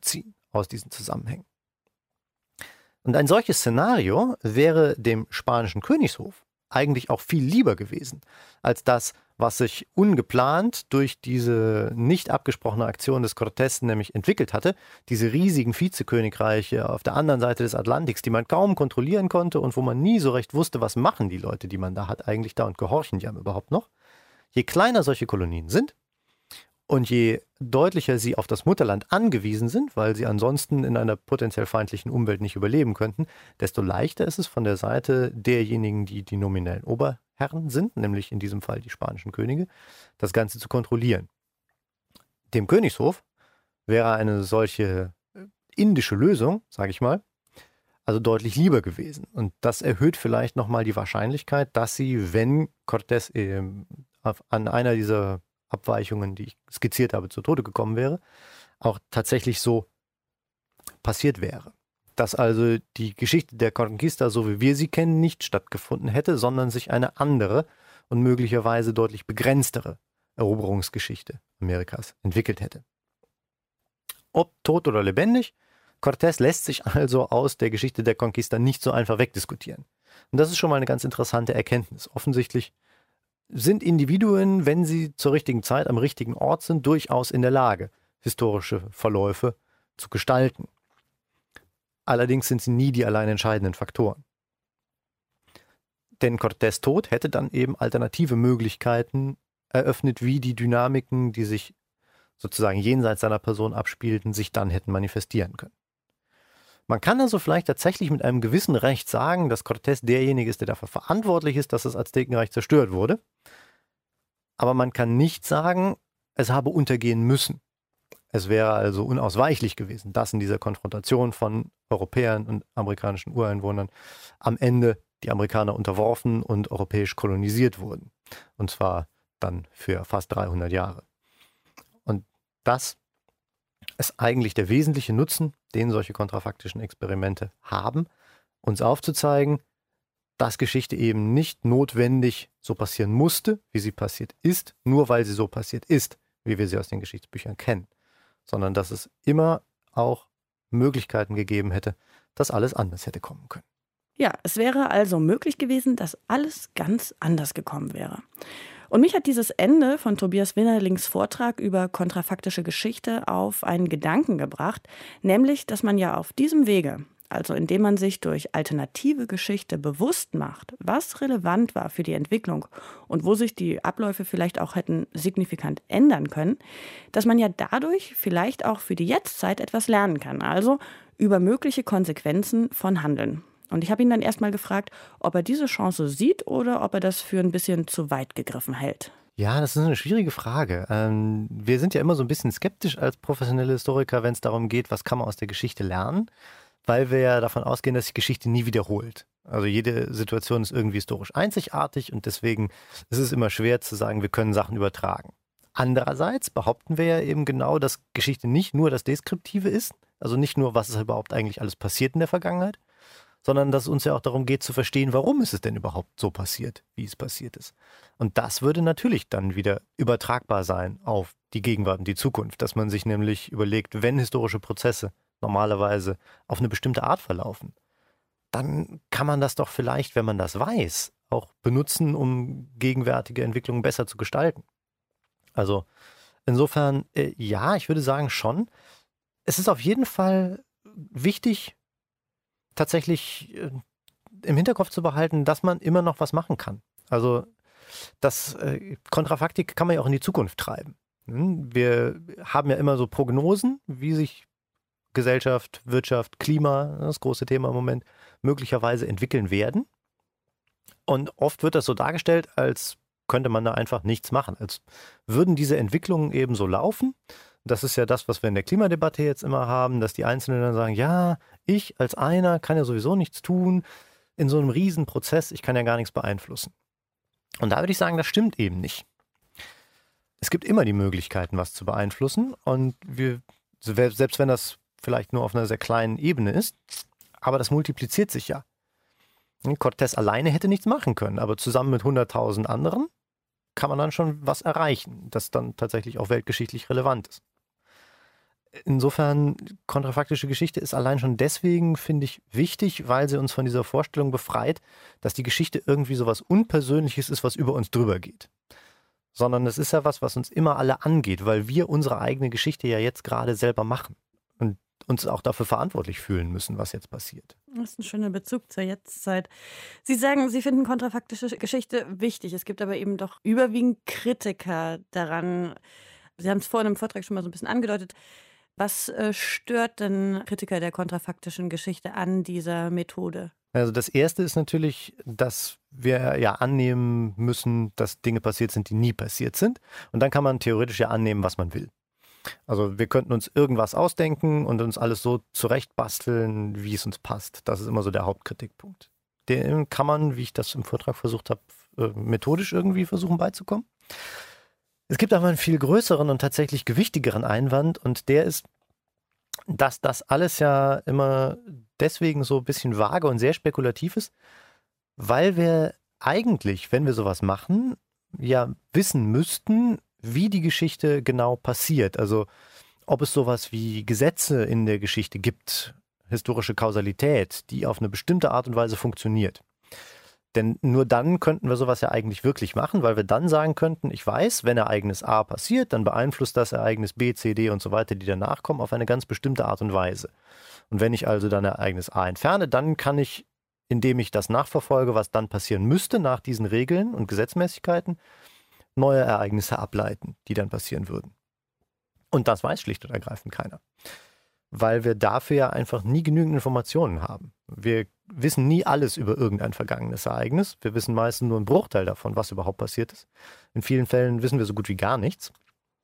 aus diesen Zusammenhängen. Und ein solches Szenario wäre dem spanischen Königshof eigentlich auch viel lieber gewesen, als das, was sich ungeplant durch diese nicht abgesprochene Aktion des Cortés nämlich entwickelt hatte, diese riesigen Vizekönigreiche auf der anderen Seite des Atlantiks, die man kaum kontrollieren konnte und wo man nie so recht wusste, was machen die Leute, die man da hat, eigentlich da und gehorchen die einem überhaupt noch. Je kleiner solche Kolonien sind und je deutlicher sie auf das Mutterland angewiesen sind, weil sie ansonsten in einer potenziell feindlichen Umwelt nicht überleben könnten, desto leichter ist es von der Seite derjenigen, die die nominellen Oberherren sind, nämlich in diesem Fall die spanischen Könige, das Ganze zu kontrollieren. Dem Königshof wäre eine solche indische Lösung, sage ich mal, also deutlich lieber gewesen. Und das erhöht vielleicht nochmal die Wahrscheinlichkeit, dass sie, wenn Cortés eben an einer dieser Abweichungen, die ich skizziert habe, zu Tode gekommen wäre, auch tatsächlich so passiert wäre. Dass also die Geschichte der Conquista, so wie wir sie kennen, nicht stattgefunden hätte, sondern sich eine andere und möglicherweise deutlich begrenztere Eroberungsgeschichte Amerikas entwickelt hätte. Ob tot oder lebendig, Cortés lässt sich also aus der Geschichte der Conquista nicht so einfach wegdiskutieren. Und das ist schon mal eine ganz interessante Erkenntnis. Offensichtlich sind Individuen, wenn sie zur richtigen Zeit am richtigen Ort sind, durchaus in der Lage, historische Verläufe zu gestalten. Allerdings sind sie nie die allein entscheidenden Faktoren. Denn Cortés Tod hätte dann eben alternative Möglichkeiten eröffnet, wie die Dynamiken, die sich sozusagen jenseits seiner Person abspielten, sich dann hätten manifestieren können. Man kann also vielleicht tatsächlich mit einem gewissen Recht sagen, dass Cortés derjenige ist, der dafür verantwortlich ist, dass das Aztekenreich zerstört wurde. Aber man kann nicht sagen, es habe untergehen müssen. Es wäre also unausweichlich gewesen, dass in dieser Konfrontation von Europäern und amerikanischen Ureinwohnern am Ende die Amerikaner unterworfen und europäisch kolonisiert wurden. Und zwar dann für fast dreihundert Jahre. Und das ist eigentlich der wesentliche Nutzen, den solche kontrafaktischen Experimente haben, uns aufzuzeigen, dass Geschichte eben nicht notwendig so passieren musste, wie sie passiert ist, nur weil sie so passiert ist, wie wir sie aus den Geschichtsbüchern kennen, sondern dass es immer auch Möglichkeiten gegeben hätte, dass alles anders hätte kommen können. Ja, es wäre also möglich gewesen, dass alles ganz anders gekommen wäre. Und mich hat dieses Ende von Tobias Winnerlings Vortrag über kontrafaktische Geschichte auf einen Gedanken gebracht, nämlich, dass man ja auf diesem Wege, also indem man sich durch alternative Geschichte bewusst macht, was relevant war für die Entwicklung und wo sich die Abläufe vielleicht auch hätten signifikant ändern können, dass man ja dadurch vielleicht auch für die Jetztzeit etwas lernen kann, also über mögliche Konsequenzen von Handeln. Und ich habe ihn dann erstmal gefragt, ob er diese Chance sieht oder ob er das für ein bisschen zu weit gegriffen hält. Ja, das ist eine schwierige Frage. Ähm, wir sind ja immer so ein bisschen skeptisch als professionelle Historiker, wenn es darum geht, was kann man aus der Geschichte lernen, weil wir ja davon ausgehen, dass sich Geschichte nie wiederholt. Also jede Situation ist irgendwie historisch einzigartig und deswegen ist es immer schwer zu sagen, wir können Sachen übertragen. Andererseits behaupten wir ja eben genau, dass Geschichte nicht nur das Deskriptive ist, also nicht nur, was ist überhaupt eigentlich alles passiert in der Vergangenheit, sondern dass es uns ja auch darum geht zu verstehen, warum ist es denn überhaupt so passiert, wie es passiert ist. Und das würde natürlich dann wieder übertragbar sein auf die Gegenwart und die Zukunft, dass man sich nämlich überlegt, wenn historische Prozesse normalerweise auf eine bestimmte Art verlaufen, dann kann man das doch vielleicht, wenn man das weiß, auch benutzen, um gegenwärtige Entwicklungen besser zu gestalten. Also insofern, äh, ja, ich würde sagen schon. Es ist auf jeden Fall wichtig, tatsächlich äh, im Hinterkopf zu behalten, dass man immer noch was machen kann. Also das äh, Kontrafaktik kann man ja auch in die Zukunft treiben. Wir haben ja immer so Prognosen, wie sich Gesellschaft, Wirtschaft, Klima, das große Thema im Moment, möglicherweise entwickeln werden. Und oft wird das so dargestellt, als könnte man da einfach nichts machen, als würden diese Entwicklungen eben so laufen. Das ist ja das, was wir in der Klimadebatte jetzt immer haben, dass die Einzelnen dann sagen, ja, ich als einer kann ja sowieso nichts tun in so einem Riesenprozess, ich kann ja gar nichts beeinflussen. Und da würde ich sagen, das stimmt eben nicht. Es gibt immer die Möglichkeiten, was zu beeinflussen und wir, selbst wenn das vielleicht nur auf einer sehr kleinen Ebene ist, aber das multipliziert sich ja. Cortés alleine hätte nichts machen können, aber zusammen mit hunderttausend anderen kann man dann schon was erreichen, das dann tatsächlich auch weltgeschichtlich relevant ist. insofern, kontrafaktische Geschichte ist allein schon deswegen, finde ich, wichtig, weil sie uns von dieser Vorstellung befreit, dass die Geschichte irgendwie so was Unpersönliches ist, was über uns drüber geht. Sondern es ist ja was, was uns immer alle angeht, weil wir unsere eigene Geschichte ja jetzt gerade selber machen und uns auch dafür verantwortlich fühlen müssen, was jetzt passiert. Das ist ein schöner Bezug zur Jetztzeit. Sie sagen, Sie finden kontrafaktische Geschichte wichtig. Es gibt aber eben doch überwiegend Kritiker daran. Sie haben es vorhin im Vortrag schon mal so ein bisschen angedeutet. Was äh, stört denn Kritiker der kontrafaktischen Geschichte an dieser Methode? Also das Erste ist natürlich, dass wir ja annehmen müssen, dass Dinge passiert sind, die nie passiert sind. Und dann kann man theoretisch ja annehmen, was man will. Also wir könnten uns irgendwas ausdenken und uns alles so zurechtbasteln, wie es uns passt. Das ist immer so der Hauptkritikpunkt. Den kann man, wie ich das im Vortrag versucht habe, methodisch irgendwie versuchen beizukommen. Es gibt aber einen viel größeren und tatsächlich gewichtigeren Einwand und der ist, dass das alles ja immer deswegen so ein bisschen vage und sehr spekulativ ist, weil wir eigentlich, wenn wir sowas machen, ja wissen müssten, wie die Geschichte genau passiert. Also ob es sowas wie Gesetze in der Geschichte gibt, historische Kausalität, die auf eine bestimmte Art und Weise funktioniert. Denn nur dann könnten wir sowas ja eigentlich wirklich machen, weil wir dann sagen könnten, ich weiß, wenn Ereignis A passiert, dann beeinflusst das Ereignis B, C, D und so weiter, die danach kommen, auf eine ganz bestimmte Art und Weise. Und wenn ich also dann Ereignis A entferne, dann kann ich, indem ich das nachverfolge, was dann passieren müsste nach diesen Regeln und Gesetzmäßigkeiten, neue Ereignisse ableiten, die dann passieren würden. Und das weiß schlicht und ergreifend keiner. Weil wir dafür ja einfach nie genügend Informationen haben. Wir wissen nie alles über irgendein vergangenes Ereignis. Wir wissen meistens nur einen Bruchteil davon, was überhaupt passiert ist. In vielen Fällen wissen wir so gut wie gar nichts.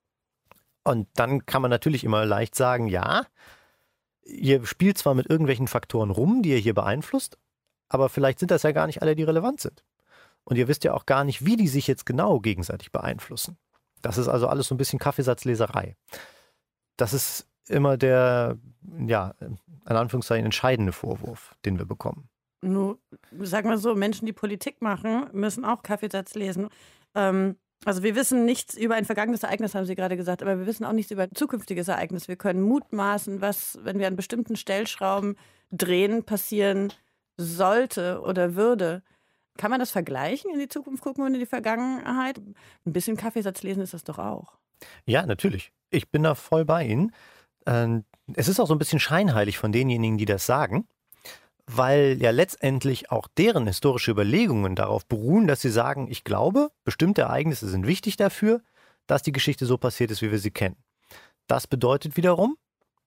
Und dann kann man natürlich immer leicht sagen, ja, ihr spielt zwar mit irgendwelchen Faktoren rum, die ihr hier beeinflusst, aber vielleicht sind das ja gar nicht alle, die relevant sind. Und ihr wisst ja auch gar nicht, wie die sich jetzt genau gegenseitig beeinflussen. Das ist also alles so ein bisschen Kaffeesatzleserei. Das ist immer der, ja, in Anführungszeichen entscheidende Vorwurf, den wir bekommen. Nur, sagen wir so, Menschen, die Politik machen, müssen auch Kaffeesatz lesen. Ähm, also wir wissen nichts über ein vergangenes Ereignis, haben Sie gerade gesagt, aber wir wissen auch nichts über ein zukünftiges Ereignis. Wir können mutmaßen, was, wenn wir an bestimmten Stellschrauben drehen, passieren sollte oder würde. Kann man das vergleichen, in die Zukunft gucken und in die Vergangenheit? Ein bisschen Kaffeesatz lesen ist das doch auch. Ja, natürlich. Ich bin da voll bei Ihnen. Es ist auch so ein bisschen scheinheilig von denjenigen, die das sagen, weil ja letztendlich auch deren historische Überlegungen darauf beruhen, dass sie sagen, ich glaube, bestimmte Ereignisse sind wichtig dafür, dass die Geschichte so passiert ist, wie wir sie kennen. Das bedeutet wiederum,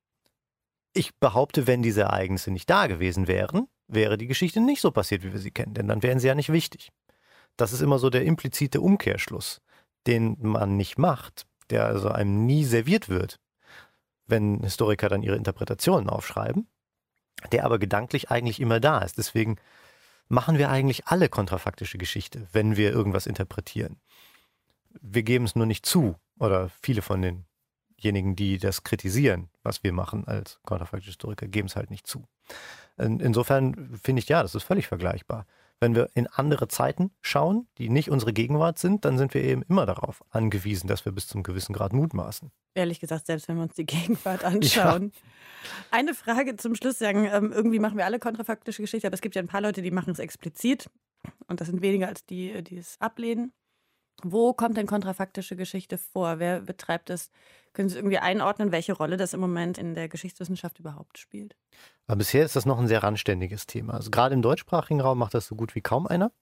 ich behaupte, wenn diese Ereignisse nicht da gewesen wären, wäre die Geschichte nicht so passiert, wie wir sie kennen, denn dann wären sie ja nicht wichtig. Das ist immer so der implizite Umkehrschluss, den man nicht macht, der also einem nie serviert wird, wenn Historiker dann ihre Interpretationen aufschreiben, der aber gedanklich eigentlich immer da ist. Deswegen machen wir eigentlich alle kontrafaktische Geschichte, wenn wir irgendwas interpretieren. Wir geben es nur nicht zu, oder viele von denjenigen, die das kritisieren, was wir machen als kontrafaktische Historiker, geben es halt nicht zu. Insofern finde ich, ja, das ist völlig vergleichbar. Wenn wir in andere Zeiten schauen, die nicht unsere Gegenwart sind, dann sind wir eben immer darauf angewiesen, dass wir bis zum gewissen Grad mutmaßen. Ehrlich gesagt, selbst wenn wir uns die Gegenwart anschauen. Ja. Eine Frage zum Schluss, sagen, ähm, irgendwie machen wir alle kontrafaktische Geschichte, aber es gibt ja ein paar Leute, die machen es explizit. Und das sind weniger als die, die es ablehnen. Wo kommt denn kontrafaktische Geschichte vor? Wer betreibt das? Können Sie irgendwie einordnen, welche Rolle das im Moment in der Geschichtswissenschaft überhaupt spielt? Aber bisher ist das noch ein sehr randständiges Thema. Also gerade im deutschsprachigen Raum macht das so gut wie kaum einer.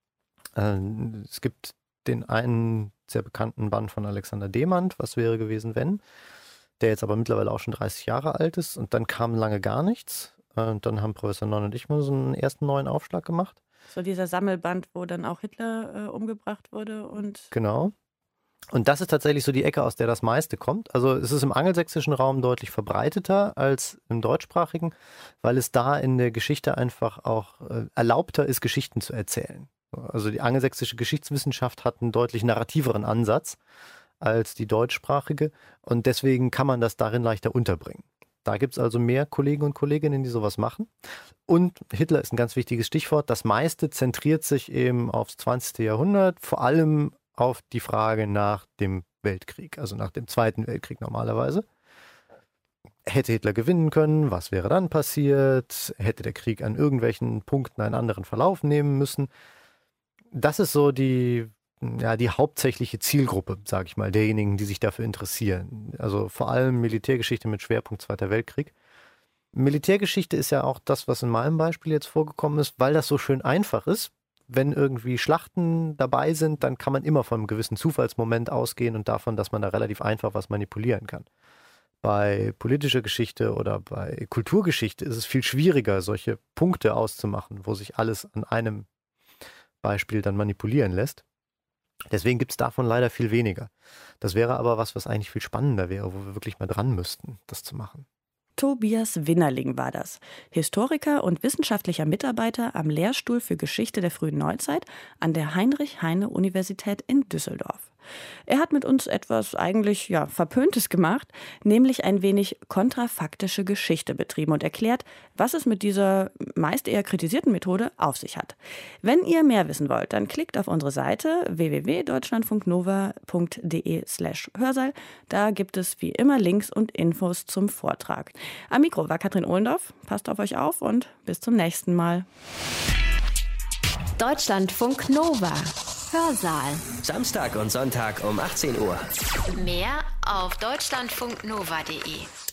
Es gibt den einen sehr bekannten Band von Alexander Demand, Was wäre gewesen, wenn, der jetzt aber mittlerweile auch schon dreißig Jahre alt ist. Und dann kam lange gar nichts. Und dann haben Professor Nonn und ich mal so einen ersten neuen Aufschlag gemacht. So dieser Sammelband, wo dann auch Hitler äh, umgebracht wurde. Und genau. Und das ist tatsächlich so die Ecke, aus der das meiste kommt. Also es ist im angelsächsischen Raum deutlich verbreiteter als im deutschsprachigen, weil es da in der Geschichte einfach auch äh, erlaubter ist, Geschichten zu erzählen. Also die angelsächsische Geschichtswissenschaft hat einen deutlich narrativeren Ansatz als die deutschsprachige und deswegen kann man das darin leichter unterbringen. Da gibt es also mehr Kollegen und Kolleginnen, die sowas machen. Und Hitler ist ein ganz wichtiges Stichwort. Das meiste zentriert sich eben aufs zwanzigste Jahrhundert, vor allem auf die Frage nach dem Weltkrieg, also nach dem Zweiten Weltkrieg normalerweise. hätte Hitler gewinnen können? Was wäre dann passiert? Hätte der Krieg an irgendwelchen Punkten einen anderen Verlauf nehmen müssen? Das ist so die, ja, die hauptsächliche Zielgruppe, sage ich mal, derjenigen, die sich dafür interessieren. Also vor allem Militärgeschichte mit Schwerpunkt Zweiter Weltkrieg. Militärgeschichte ist ja auch das, was in meinem Beispiel jetzt vorgekommen ist, weil das so schön einfach ist. Wenn irgendwie Schlachten dabei sind, dann kann man immer von einem gewissen Zufallsmoment ausgehen und davon, dass man da relativ einfach was manipulieren kann. Bei politischer Geschichte oder bei Kulturgeschichte ist es viel schwieriger, solche Punkte auszumachen, wo sich alles an einem Beispiel dann manipulieren lässt. Deswegen gibt es davon leider viel weniger. Das wäre aber was, was eigentlich viel spannender wäre, wo wir wirklich mal dran müssten, das zu machen. Tobias Winnerling war das. Historiker und wissenschaftlicher Mitarbeiter am Lehrstuhl für Geschichte der frühen Neuzeit an der Heinrich-Heine-Universität in Düsseldorf. Er hat mit uns etwas eigentlich ja, Verpöntes gemacht, nämlich ein wenig kontrafaktische Geschichte betrieben und erklärt, was es mit dieser meist eher kritisierten Methode auf sich hat. Wenn ihr mehr wissen wollt, dann klickt auf unsere Seite w w w punkt deutschlandfunknova punkt d e slash Hörsaal. Da gibt es wie immer Links und Infos zum Vortrag. Am Mikro war Katrin Ohlendorf. Passt auf euch auf und bis zum nächsten Mal. Deutschlandfunk Nova. Hörsaal. Samstag und Sonntag um achtzehn Uhr. Mehr auf deutschlandfunknova punkt d e.